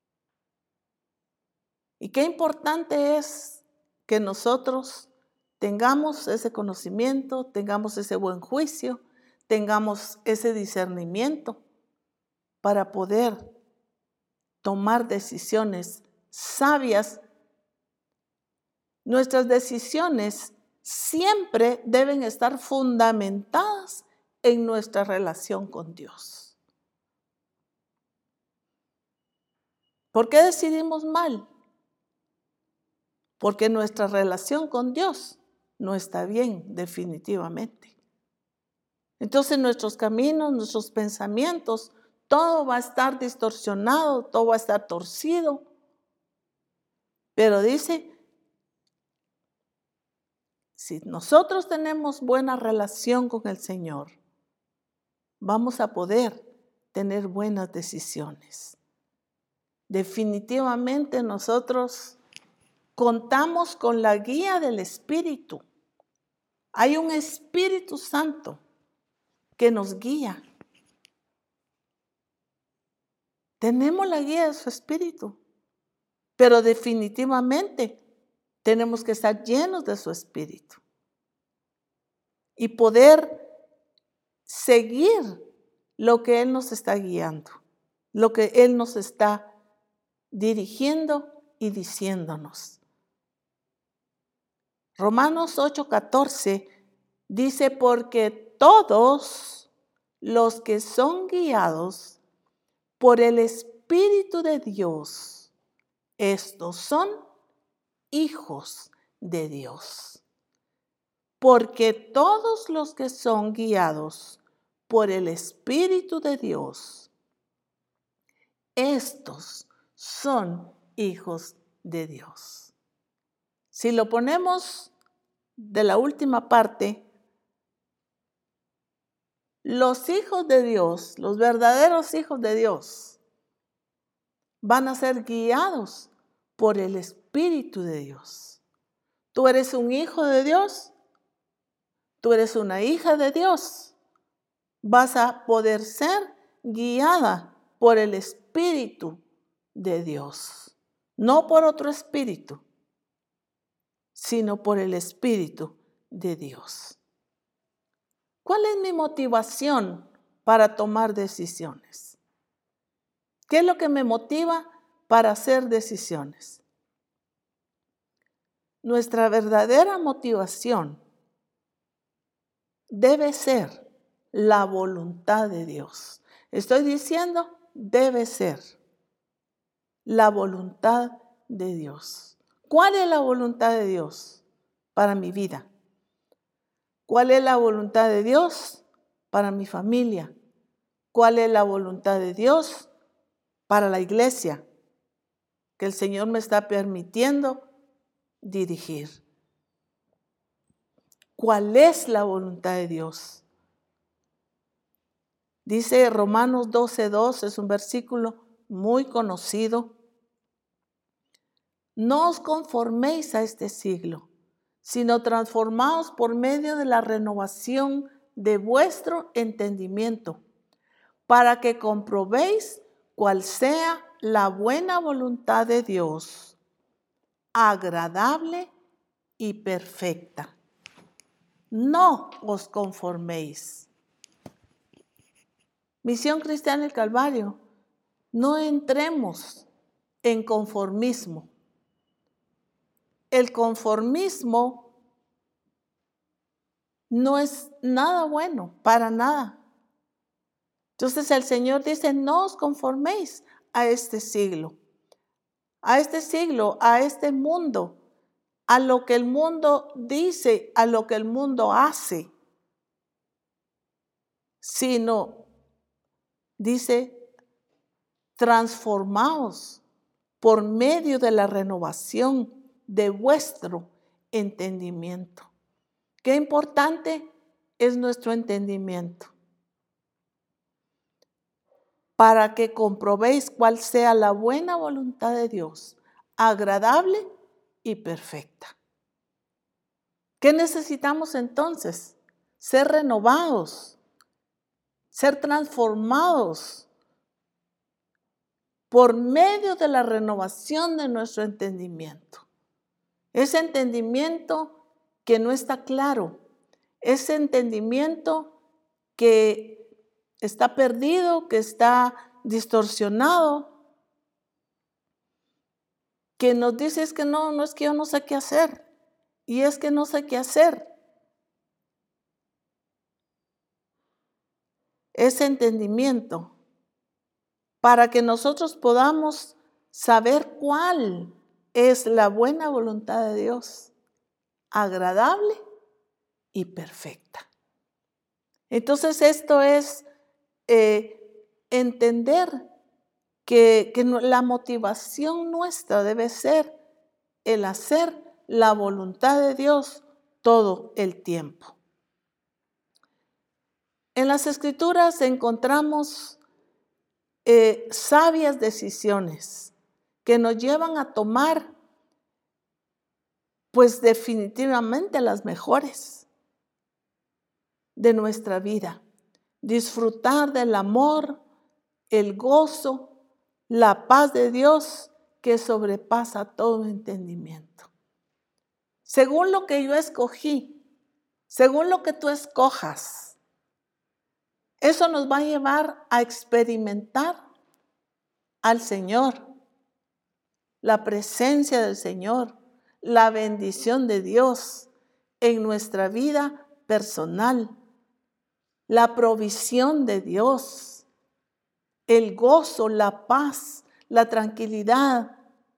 Y qué importante es que nosotros tengamos ese conocimiento, tengamos ese buen juicio, tengamos ese discernimiento para poder tomar decisiones sabias. Nuestras decisiones siempre deben estar fundamentadas en nuestra relación con Dios. ¿Por qué decidimos mal? Porque nuestra relación con Dios no está bien, definitivamente. Entonces nuestros caminos, nuestros pensamientos, todo va a estar distorsionado, todo va a estar torcido. Pero dice, si nosotros tenemos buena relación con el Señor, vamos a poder tener buenas decisiones. Definitivamente nosotros contamos con la guía del Espíritu. Hay un Espíritu Santo que nos guía. Tenemos la guía de su Espíritu, pero definitivamente tenemos que estar llenos de su Espíritu y poder seguir lo que Él nos está guiando, lo que Él nos está dirigiendo y diciéndonos. Romanos ocho catorce dice, porque todos los que son guiados por el Espíritu de Dios, estos son hijos de Dios. Porque todos los que son guiados por el Espíritu de Dios, estos son hijos de Dios. Si lo ponemos de la última parte, los hijos de Dios, los verdaderos hijos de Dios, van a ser guiados por el Espíritu de Dios. Tú eres un hijo de Dios, tú eres una hija de Dios. Vas a poder ser guiada por el Espíritu de Dios, no por otro espíritu, sino por el Espíritu de Dios. ¿Cuál es mi motivación para tomar decisiones? ¿Qué es lo que me motiva para hacer decisiones? Nuestra verdadera motivación debe ser la voluntad de Dios. Estoy diciendo, debe ser la voluntad de Dios. ¿Cuál es la voluntad de Dios para mi vida? ¿Cuál es la voluntad de Dios para mi familia? ¿Cuál es la voluntad de Dios para la iglesia que el Señor me está permitiendo dirigir? ¿Cuál es la voluntad de Dios? Dice Romanos doce dos, es un versículo muy conocido. No os conforméis a este siglo, sino transformaos por medio de la renovación de vuestro entendimiento, para que comprobéis cuál sea la buena voluntad de Dios, agradable y perfecta. No os conforméis. Misión Cristiana del Calvario, no entremos en conformismo. El conformismo no es nada bueno, para nada. Entonces el Señor dice, no os conforméis a este siglo, a este siglo, a este mundo, a lo que el mundo dice, a lo que el mundo hace, sino, dice, transformaos por medio de la renovación de vuestro entendimiento. Qué importante es nuestro entendimiento, para que comprobéis cuál sea la buena voluntad de Dios, agradable y perfecta. ¿Qué necesitamos entonces? Ser renovados, ser transformados por medio de la renovación de nuestro entendimiento. Ese entendimiento que no está claro, ese entendimiento que está perdido, que está distorsionado, que nos dice es que no, no es que yo no sé qué hacer, y es que no sé qué hacer. Ese entendimiento, para que nosotros podamos saber cuál es la buena voluntad de Dios, agradable y perfecta. Entonces esto es eh, entender que, que la motivación nuestra debe ser el hacer la voluntad de Dios todo el tiempo. En las Escrituras encontramos eh, sabias decisiones que nos llevan a tomar, pues definitivamente las mejores de nuestra vida. Disfrutar del amor, el gozo, la paz de Dios que sobrepasa todo entendimiento. Según lo que yo escogí, según lo que tú escojas, eso nos va a llevar a experimentar al Señor, la presencia del Señor, la bendición de Dios en nuestra vida personal, la provisión de Dios, el gozo, la paz, la tranquilidad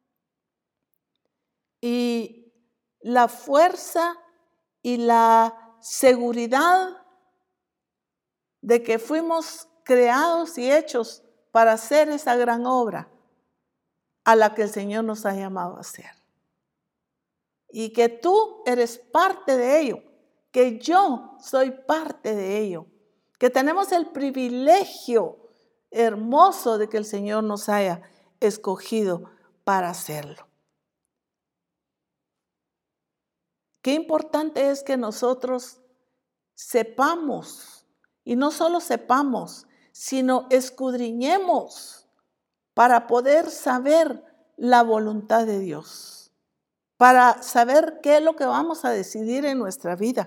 y la fuerza y la seguridad de que fuimos creados y hechos para hacer esa gran obra a la que el Señor nos ha llamado a hacer. Y que tú eres parte de ello, que yo soy parte de ello, que tenemos el privilegio hermoso de que el Señor nos haya escogido para hacerlo. Qué importante es que nosotros sepamos, y no solo sepamos, sino escudriñemos para poder saber la voluntad de Dios, para saber qué es lo que vamos a decidir en nuestra vida.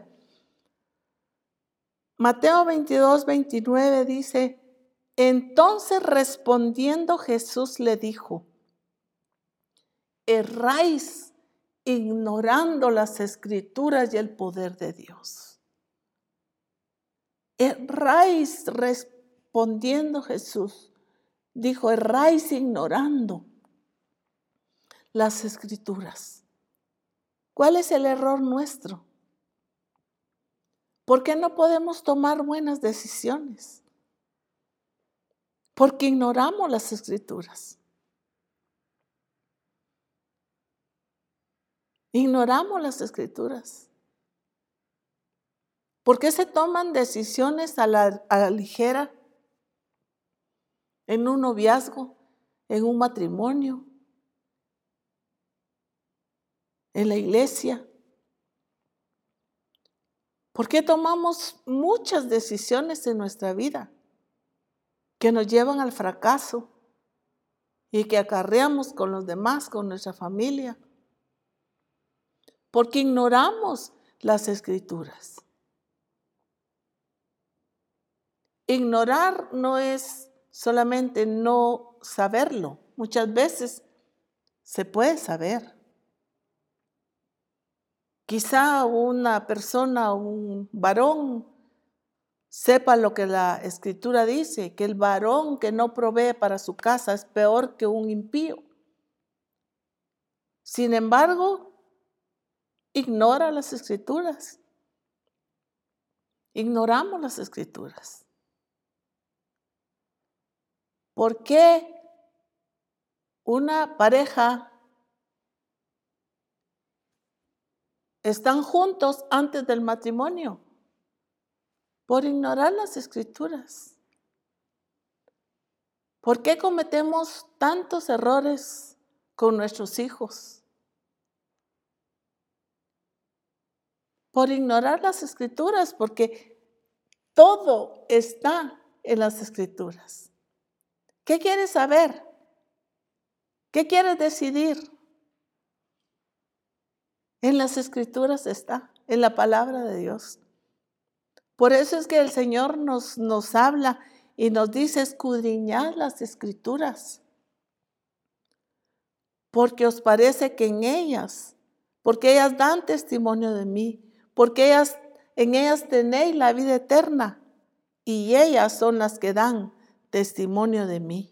Mateo veintidós, veintinueve dice, entonces respondiendo Jesús le dijo, erráis ignorando las Escrituras y el poder de Dios. Erráis respondiendo Jesús. Dijo, erráis ignorando las Escrituras. ¿Cuál es el error nuestro? ¿Por qué no podemos tomar buenas decisiones? Porque ignoramos las Escrituras. Ignoramos las Escrituras. ¿Por qué se toman decisiones a la, a la ligera? En un noviazgo, en un matrimonio, en la iglesia. ¿Por qué tomamos muchas decisiones en nuestra vida que nos llevan al fracaso y que acarreamos con los demás, con nuestra familia? Porque ignoramos las Escrituras. Ignorar no es solamente no saberlo. Muchas veces se puede saber. Quizá una persona, un varón, sepa lo que la Escritura dice, que el varón que no provee para su casa es peor que un impío. Sin embargo, ignora las Escrituras. Ignoramos las Escrituras. ¿Por qué una pareja están juntos antes del matrimonio? Por ignorar las Escrituras. ¿Por qué cometemos tantos errores con nuestros hijos? Por ignorar las Escrituras, porque todo está en las Escrituras. ¿Qué quieres saber? ¿Qué quieres decidir? En las Escrituras está, en la palabra de Dios. Por eso es que el Señor nos, nos habla y nos dice, escudriñad las Escrituras. Porque os parece que en ellas, porque ellas dan testimonio de mí, porque ellas, en ellas tenéis la vida eterna y ellas son las que dan testimonio de mí.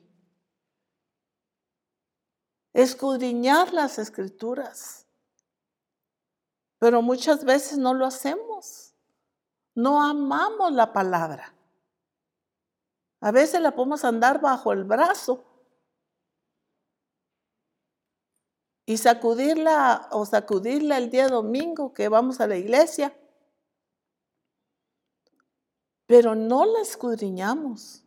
Escudriñad las Escrituras. Pero muchas veces no lo hacemos. No amamos la palabra. A veces la podemos andar bajo el brazo y sacudirla o sacudirla el día domingo que vamos a la iglesia. Pero no la escudriñamos.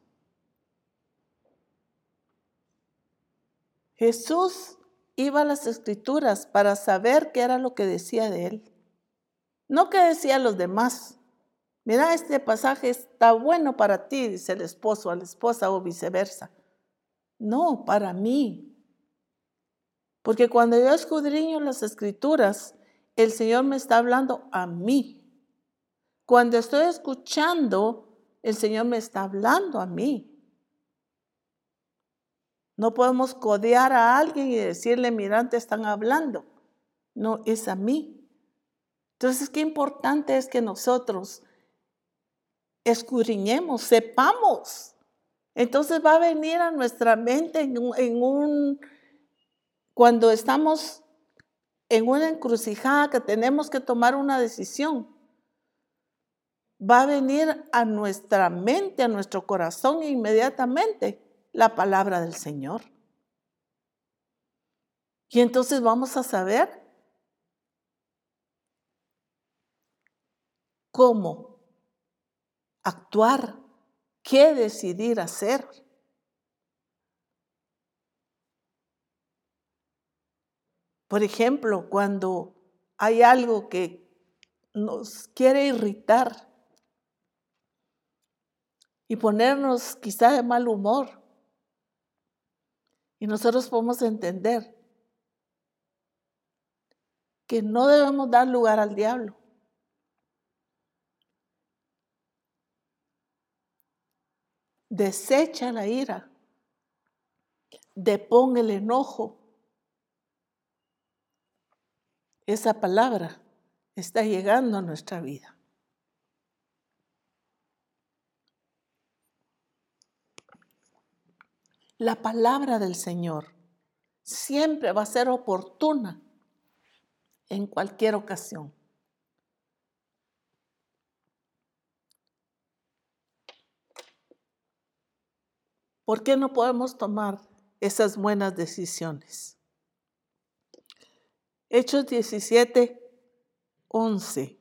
Jesús iba a las Escrituras para saber qué era lo que decía de él. No qué decían los demás. Mira, este pasaje está bueno para ti, dice el esposo a la esposa o viceversa. No, para mí. Porque cuando yo escudriño las Escrituras, el Señor me está hablando a mí. Cuando estoy escuchando, el Señor me está hablando a mí. No podemos codear a alguien y decirle, mira, te están hablando. No, es a mí. Entonces, qué importante es que nosotros escudriñemos, sepamos. Entonces va a venir a nuestra mente en un, en un cuando estamos en una encrucijada que tenemos que tomar una decisión. Va a venir a nuestra mente, a nuestro corazón inmediatamente la palabra del Señor. Y entonces vamos a saber cómo actuar, qué decidir hacer. Por ejemplo, cuando hay algo que nos quiere irritar y ponernos quizá de mal humor, y nosotros podemos entender que no debemos dar lugar al diablo. Desecha la ira, depón el enojo. Esa palabra está llegando a nuestra vida. La palabra del Señor siempre va a ser oportuna en cualquier ocasión. ¿Por qué no podemos tomar esas buenas decisiones? Hechos diecisiete, once.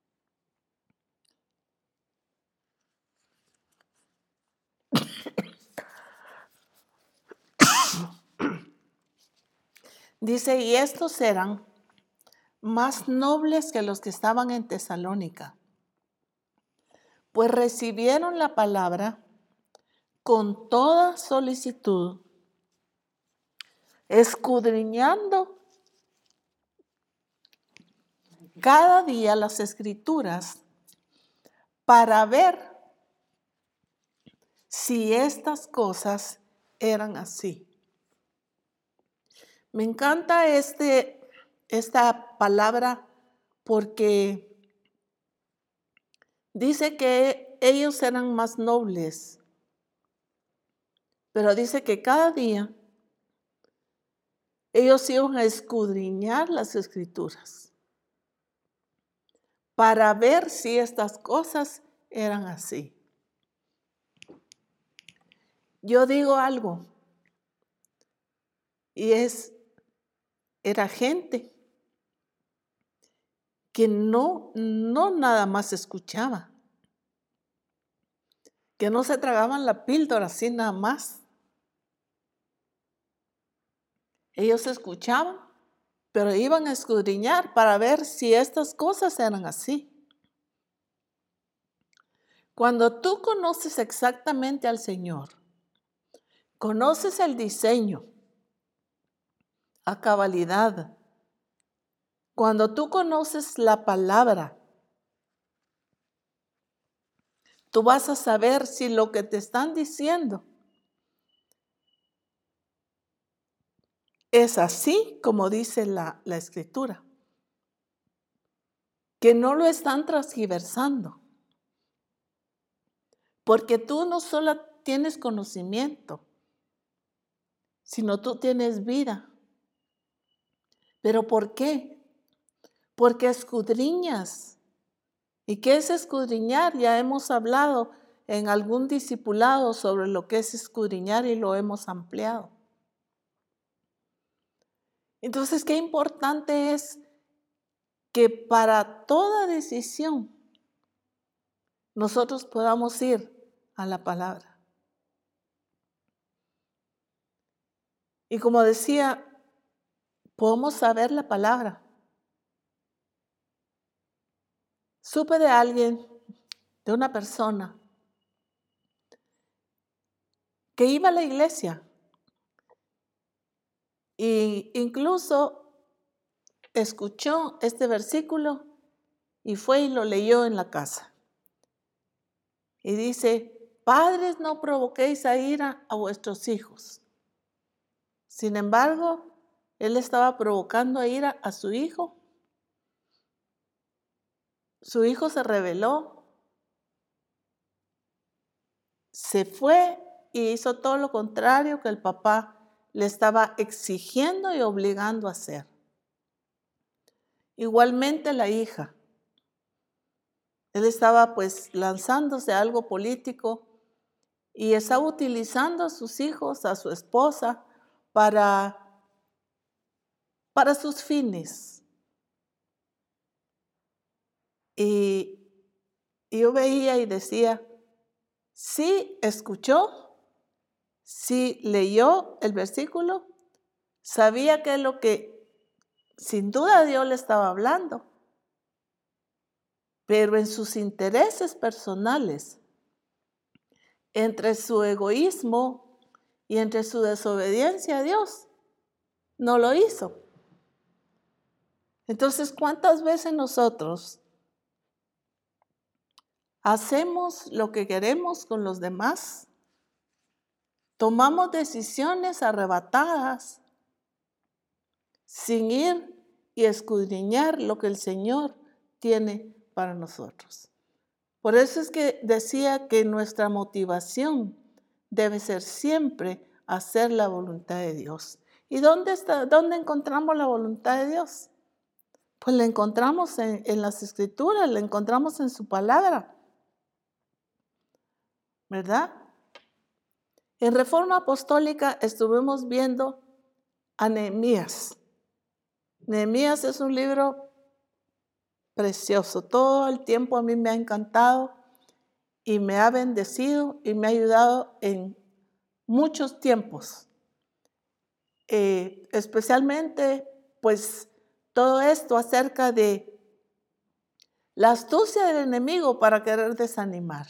Dice, y estos eran más nobles que los que estaban en Tesalónica, pues recibieron la palabra con toda solicitud, escudriñando cada día las Escrituras para ver si estas cosas eran así. Me encanta este, esta palabra porque dice que ellos eran más nobles, pero dice que cada día ellos iban a escudriñar las Escrituras para ver si estas cosas eran así. Yo digo algo, y es, era gente que no, no nada más escuchaba, que no se tragaban la píldora así nada más. Ellos escuchaban, pero iban a escudriñar para ver si estas cosas eran así. Cuando tú conoces exactamente al Señor, conoces el diseño a cabalidad, cuando tú conoces la palabra, tú vas a saber si lo que te están diciendo es así como dice la, la Escritura, que no lo están transgiversando, porque tú no solo tienes conocimiento, sino tú tienes vida. ¿Pero por qué? Porque escudriñas. ¿Y qué es escudriñar? Ya hemos hablado en algún discipulado sobre lo que es escudriñar y lo hemos ampliado. Entonces, qué importante es que para toda decisión nosotros podamos ir a la palabra. Y como decía, podemos saber la palabra. Supe de alguien, de una persona, que iba a la iglesia e incluso escuchó este versículo y fue y lo leyó en la casa. Y dice, padres, no provoquéis a ira a vuestros hijos. Sin embargo, él estaba provocando a ira a su hijo. Su hijo se rebeló, se fue y hizo todo lo contrario que el papá le estaba exigiendo y obligando a hacer. Igualmente la hija. Él estaba pues lanzándose a algo político y estaba utilizando a sus hijos, a su esposa, para, para sus fines. Y, y yo veía y decía, sí escuchó, sí leyó el versículo, sabía que es lo que sin duda Dios le estaba hablando, pero en sus intereses personales, entre su egoísmo y entre su desobediencia a Dios, no lo hizo. Entonces, ¿cuántas veces nosotros hacemos lo que queremos con los demás? Tomamos decisiones arrebatadas sin ir y escudriñar lo que el Señor tiene para nosotros. Por eso es que decía que nuestra motivación debe ser siempre hacer la voluntad de Dios. ¿Y dónde está, dónde encontramos la voluntad de Dios? Pues la encontramos en, en las Escrituras, la encontramos en su palabra, ¿verdad? En Reforma Apostólica estuvimos viendo a Nehemías. Nehemías es un libro precioso. Todo el tiempo a mí me ha encantado y me ha bendecido y me ha ayudado en muchos tiempos. Eh, especialmente, pues, todo esto acerca de la astucia del enemigo para querer desanimar.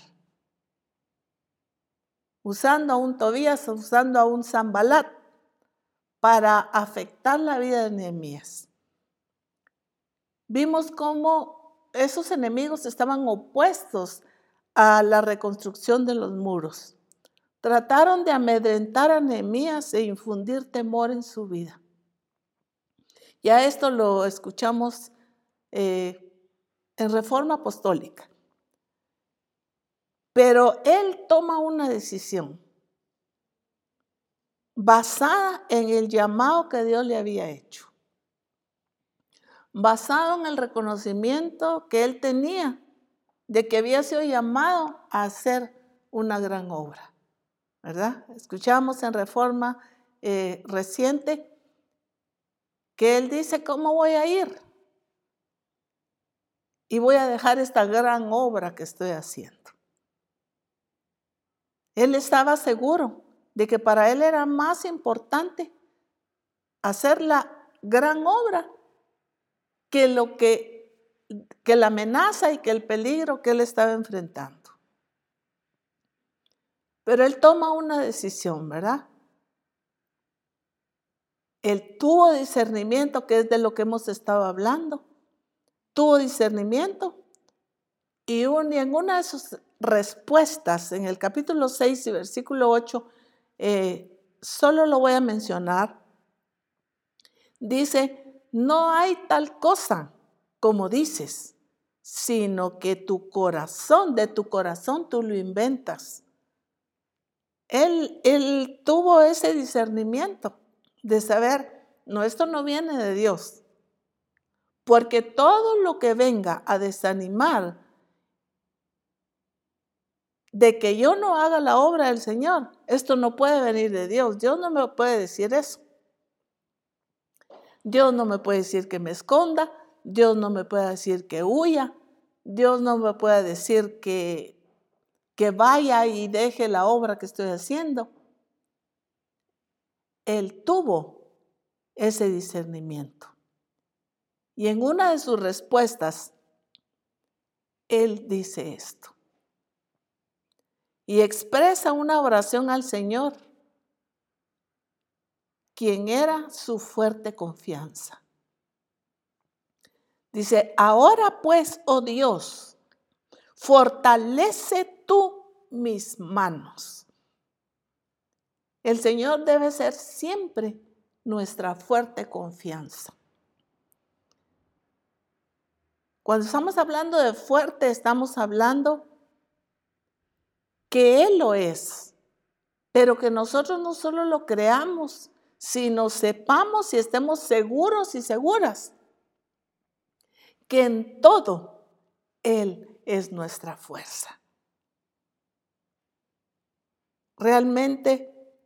Usando a un Tobías, usando a un Sanbalat para afectar la vida de Nehemías. Vimos cómo esos enemigos estaban opuestos a la reconstrucción de los muros. Trataron de amedrentar a Nehemías e infundir temor en su vida. Ya esto lo escuchamos eh, en Reforma Apostólica. Pero él toma una decisión basada en el llamado que Dios le había hecho, basado en el reconocimiento que él tenía de que había sido llamado a hacer una gran obra, ¿verdad? Escuchamos en Reforma eh, reciente que él dice, ¿cómo voy a ir? Y voy a dejar esta gran obra que estoy haciendo. Él estaba seguro de que para él era más importante hacer la gran obra que lo que, que la amenaza y que el peligro que él estaba enfrentando. Pero él toma una decisión, ¿verdad? Él tuvo discernimiento, que es de lo que hemos estado hablando. Tuvo discernimiento y, un, y en una de sus respuestas, en el capítulo seis y versículo ocho, eh, solo lo voy a mencionar. Dice, no hay tal cosa como dices, sino que tu corazón, de tu corazón tú lo inventas. Él, él tuvo ese discernimiento de saber, no, esto no viene de Dios, porque todo lo que venga a desanimar de que yo no haga la obra del Señor, esto no puede venir de Dios. Dios no me puede decir eso. Dios no me puede decir que me esconda, Dios no me puede decir que huya, Dios no me puede decir que, que vaya y deje la obra que estoy haciendo. Él tuvo ese discernimiento. Y en una de sus respuestas, él dice esto. Y expresa una oración al Señor, quien era su fuerte confianza. Dice, ahora pues, oh Dios, fortalece tú mis manos. El Señor debe ser siempre nuestra fuerte confianza. Cuando estamos hablando de fuerte, estamos hablando que Él lo es, pero que nosotros no solo lo creamos, sino sepamos y estemos seguros y seguras que en todo Él es nuestra fuerza. Realmente,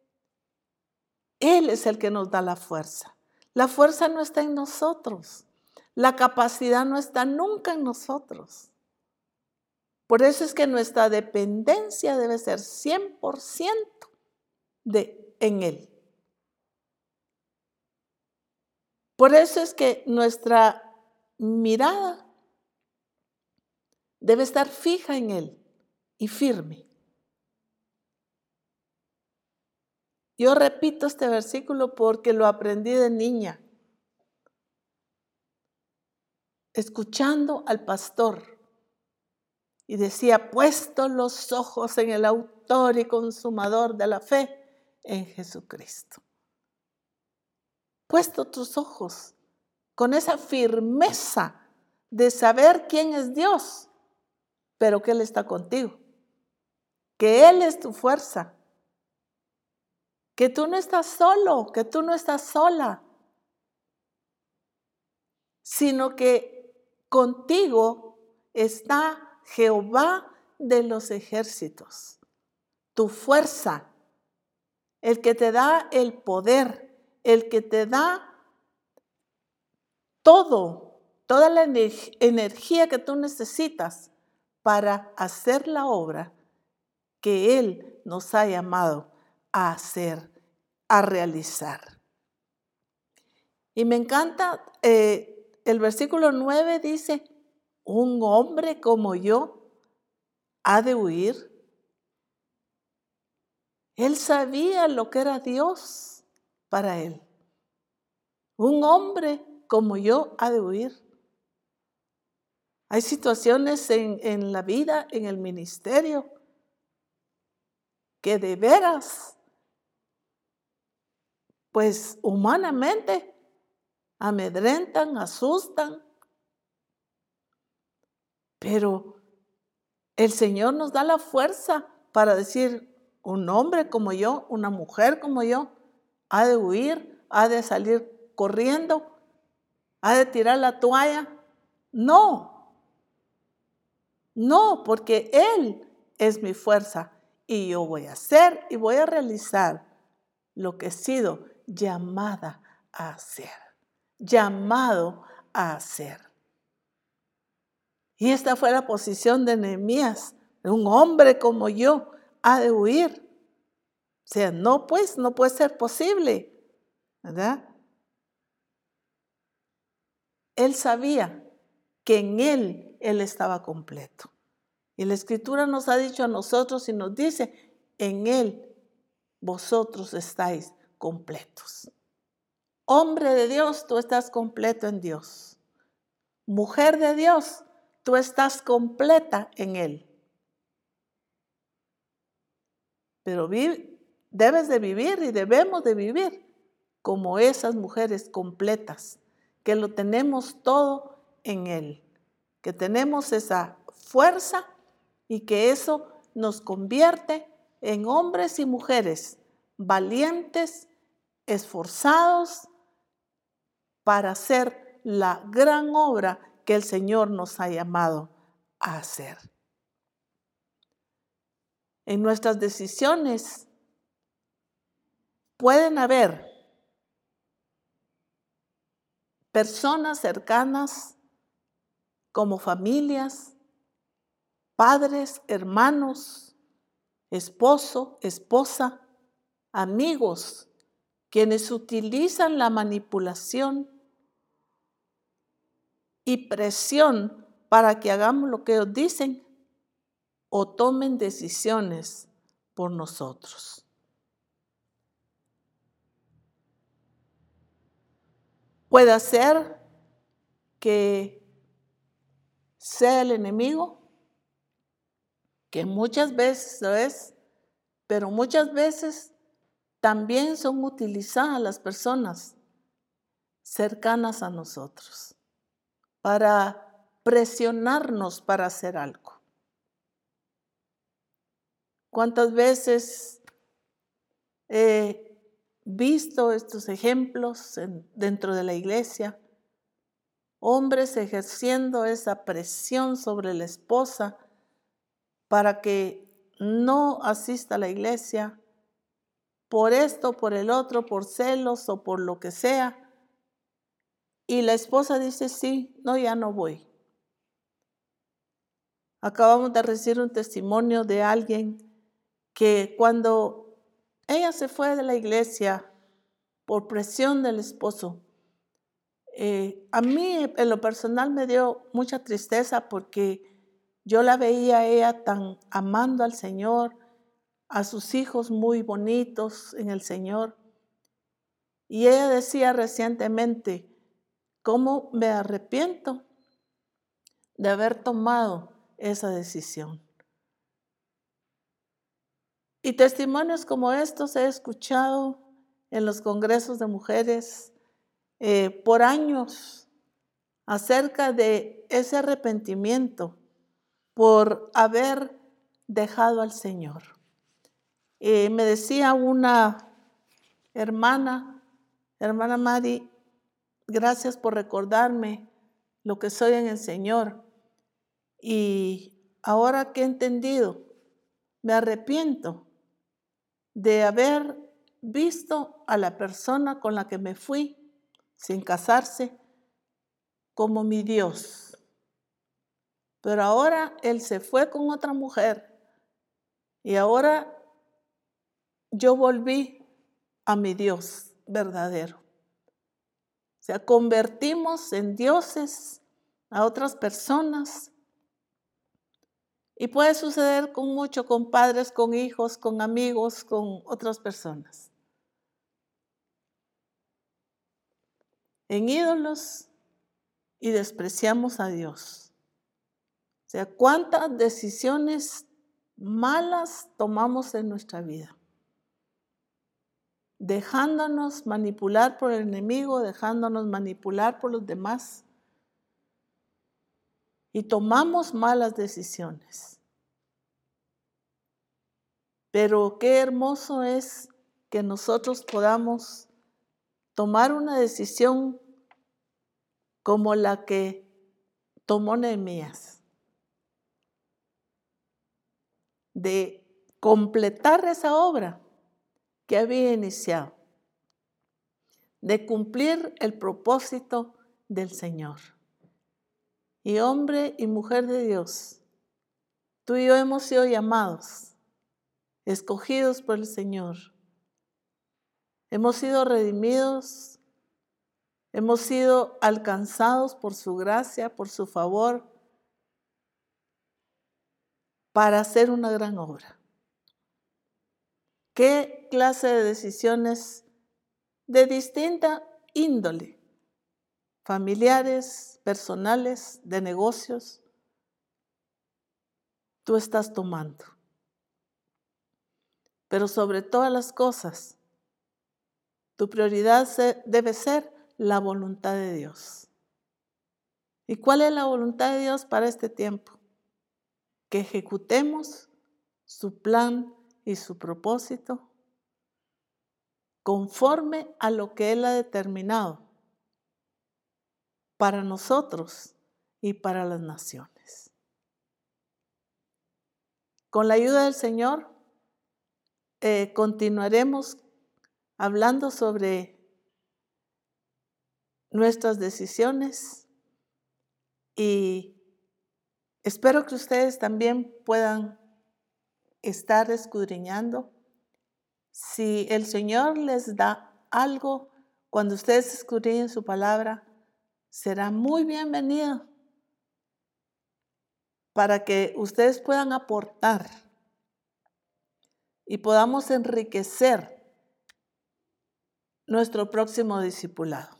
Él es el que nos da la fuerza. La fuerza no está en nosotros. La capacidad no está nunca en nosotros. Por eso es que nuestra dependencia debe ser cien por ciento de, en Él. Por eso es que nuestra mirada debe estar fija en Él y firme. Yo repito este versículo porque lo aprendí de niña, escuchando al pastor. Y decía, puesto los ojos en el autor y consumador de la fe, en Jesucristo. Puesto tus ojos con esa firmeza de saber quién es Dios, pero que Él está contigo, que Él es tu fuerza, que tú no estás solo, que tú no estás sola, sino que contigo está Jehová de los ejércitos, tu fuerza, el que te da el poder, el que te da todo, toda la energía que tú necesitas para hacer la obra que Él nos ha llamado a hacer, a realizar. Y me encanta, eh, el versículo nueve dice, un hombre como yo ha de huir. Él sabía lo que era Dios para él. Un hombre como yo ha de huir. Hay situaciones en, en la vida, en el ministerio, que de veras, pues humanamente, amedrentan, asustan. Pero el Señor nos da la fuerza para decir, un hombre como yo, una mujer como yo, ha de huir, ha de salir corriendo, ha de tirar la toalla. No, no, porque Él es mi fuerza y yo voy a hacer y voy a realizar lo que he sido llamada a hacer, llamado a hacer. Y esta fue la posición de Nehemías. Un hombre como yo ha de huir. O sea, no, pues, no puede ser posible, ¿verdad? Él sabía que en Él, Él estaba completo. Y la Escritura nos ha dicho a nosotros y nos dice, en Él vosotros estáis completos. Hombre de Dios, tú estás completo en Dios. Mujer de Dios, tú estás completa en Él. Pero vive, debes de vivir y debemos de vivir como esas mujeres completas, que lo tenemos todo en Él, que tenemos esa fuerza y que eso nos convierte en hombres y mujeres valientes, esforzados para hacer la gran obra que el Señor nos ha llamado a hacer. En nuestras decisiones pueden haber personas cercanas como familias, padres, hermanos, esposo, esposa, amigos, quienes utilizan la manipulación y presión para que hagamos lo que ellos dicen o tomen decisiones por nosotros. Puede ser que sea el enemigo, que muchas veces lo es, pero muchas veces también son utilizadas las personas cercanas a nosotros para presionarnos para hacer algo. ¿Cuántas veces he visto estos ejemplos en, dentro de la iglesia? Hombres ejerciendo esa presión sobre la esposa para que no asista a la iglesia por esto, por el otro, por celos o por lo que sea. Y la esposa dice, sí, no, ya no voy. Acabamos de recibir un testimonio de alguien que cuando ella se fue de la iglesia por presión del esposo, eh, a mí en lo personal me dio mucha tristeza porque yo la veía a ella tan amando al Señor, a sus hijos muy bonitos en el Señor. Y ella decía recientemente, ¿cómo me arrepiento de haber tomado esa decisión? Y testimonios como estos he escuchado en los congresos de mujeres eh, por años acerca de ese arrepentimiento por haber dejado al Señor. Eh, me decía una hermana, hermana Mari, gracias por recordarme lo que soy en el Señor. Y ahora que he entendido, me arrepiento de haber visto a la persona con la que me fui sin casarse como mi Dios. Pero ahora él se fue con otra mujer y ahora yo volví a mi Dios verdadero. O sea, convertimos en dioses a otras personas. Y puede suceder con mucho, con padres, con hijos, con amigos, con otras personas. En ídolos y despreciamos a Dios. O sea, cuántas decisiones malas tomamos en nuestra vida. Dejándonos manipular por el enemigo, dejándonos manipular por los demás. Y tomamos malas decisiones. Pero qué hermoso es que nosotros podamos tomar una decisión como la que tomó Nehemías, de completar esa obra que había iniciado, de cumplir el propósito del Señor. Y hombre y mujer de Dios, tú y yo hemos sido llamados, escogidos por el Señor. Hemos sido redimidos, hemos sido alcanzados por su gracia, por su favor, para hacer una gran obra. ¿Qué clase de decisiones de distinta índole, familiares, personales, de negocios, tú estás tomando? Pero sobre todas las cosas, tu prioridad debe ser la voluntad de Dios. ¿Y cuál es la voluntad de Dios para este tiempo? Que ejecutemos su plan y su propósito conforme a lo que Él ha determinado para nosotros y para las naciones. Con la ayuda del Señor, eh, continuaremos hablando sobre nuestras decisiones y espero que ustedes también puedan estar escudriñando. Si el Señor les da algo cuando ustedes escudriñen su palabra, será muy bienvenido para que ustedes puedan aportar y podamos enriquecer nuestro próximo discipulado.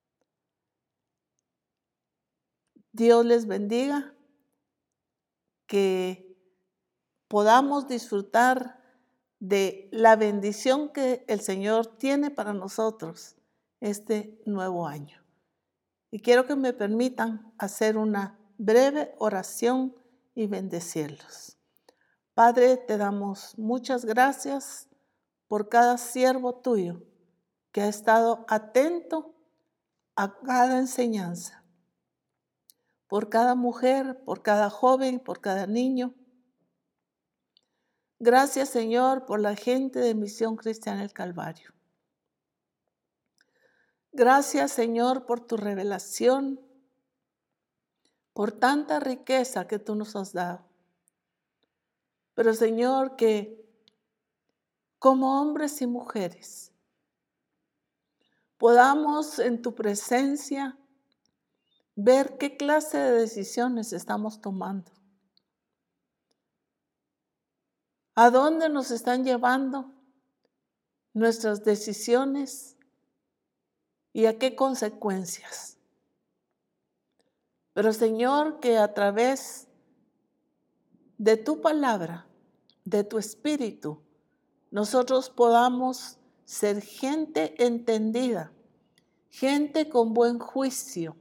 Dios les bendiga, que podamos disfrutar de la bendición que el Señor tiene para nosotros este nuevo año. Y quiero que me permitan hacer una breve oración y bendecirlos. Padre, te damos muchas gracias por cada siervo tuyo que ha estado atento a cada enseñanza, por cada mujer, por cada joven, por cada niño. Gracias, Señor, por la gente de Misión Cristiana del Calvario. Gracias, Señor, por tu revelación, por tanta riqueza que tú nos has dado. Pero, Señor, que como hombres y mujeres podamos en tu presencia ver qué clase de decisiones estamos tomando. ¿A dónde nos están llevando nuestras decisiones y a qué consecuencias? Pero, Señor, que a través de tu palabra, de tu espíritu, nosotros podamos ser gente entendida, gente con buen juicio,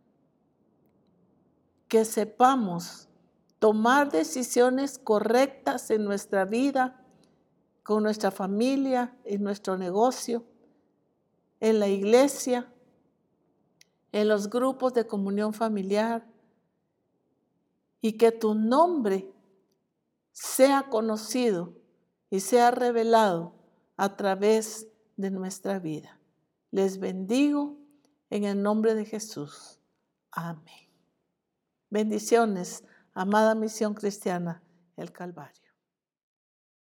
que sepamos tomar decisiones correctas en nuestra vida, con nuestra familia, en nuestro negocio, en la iglesia, en los grupos de comunión familiar, y que tu nombre sea conocido y sea revelado a través de nuestra vida. Les bendigo en el nombre de Jesús. Amén. Bendiciones, amada Misión Cristiana, el Calvario.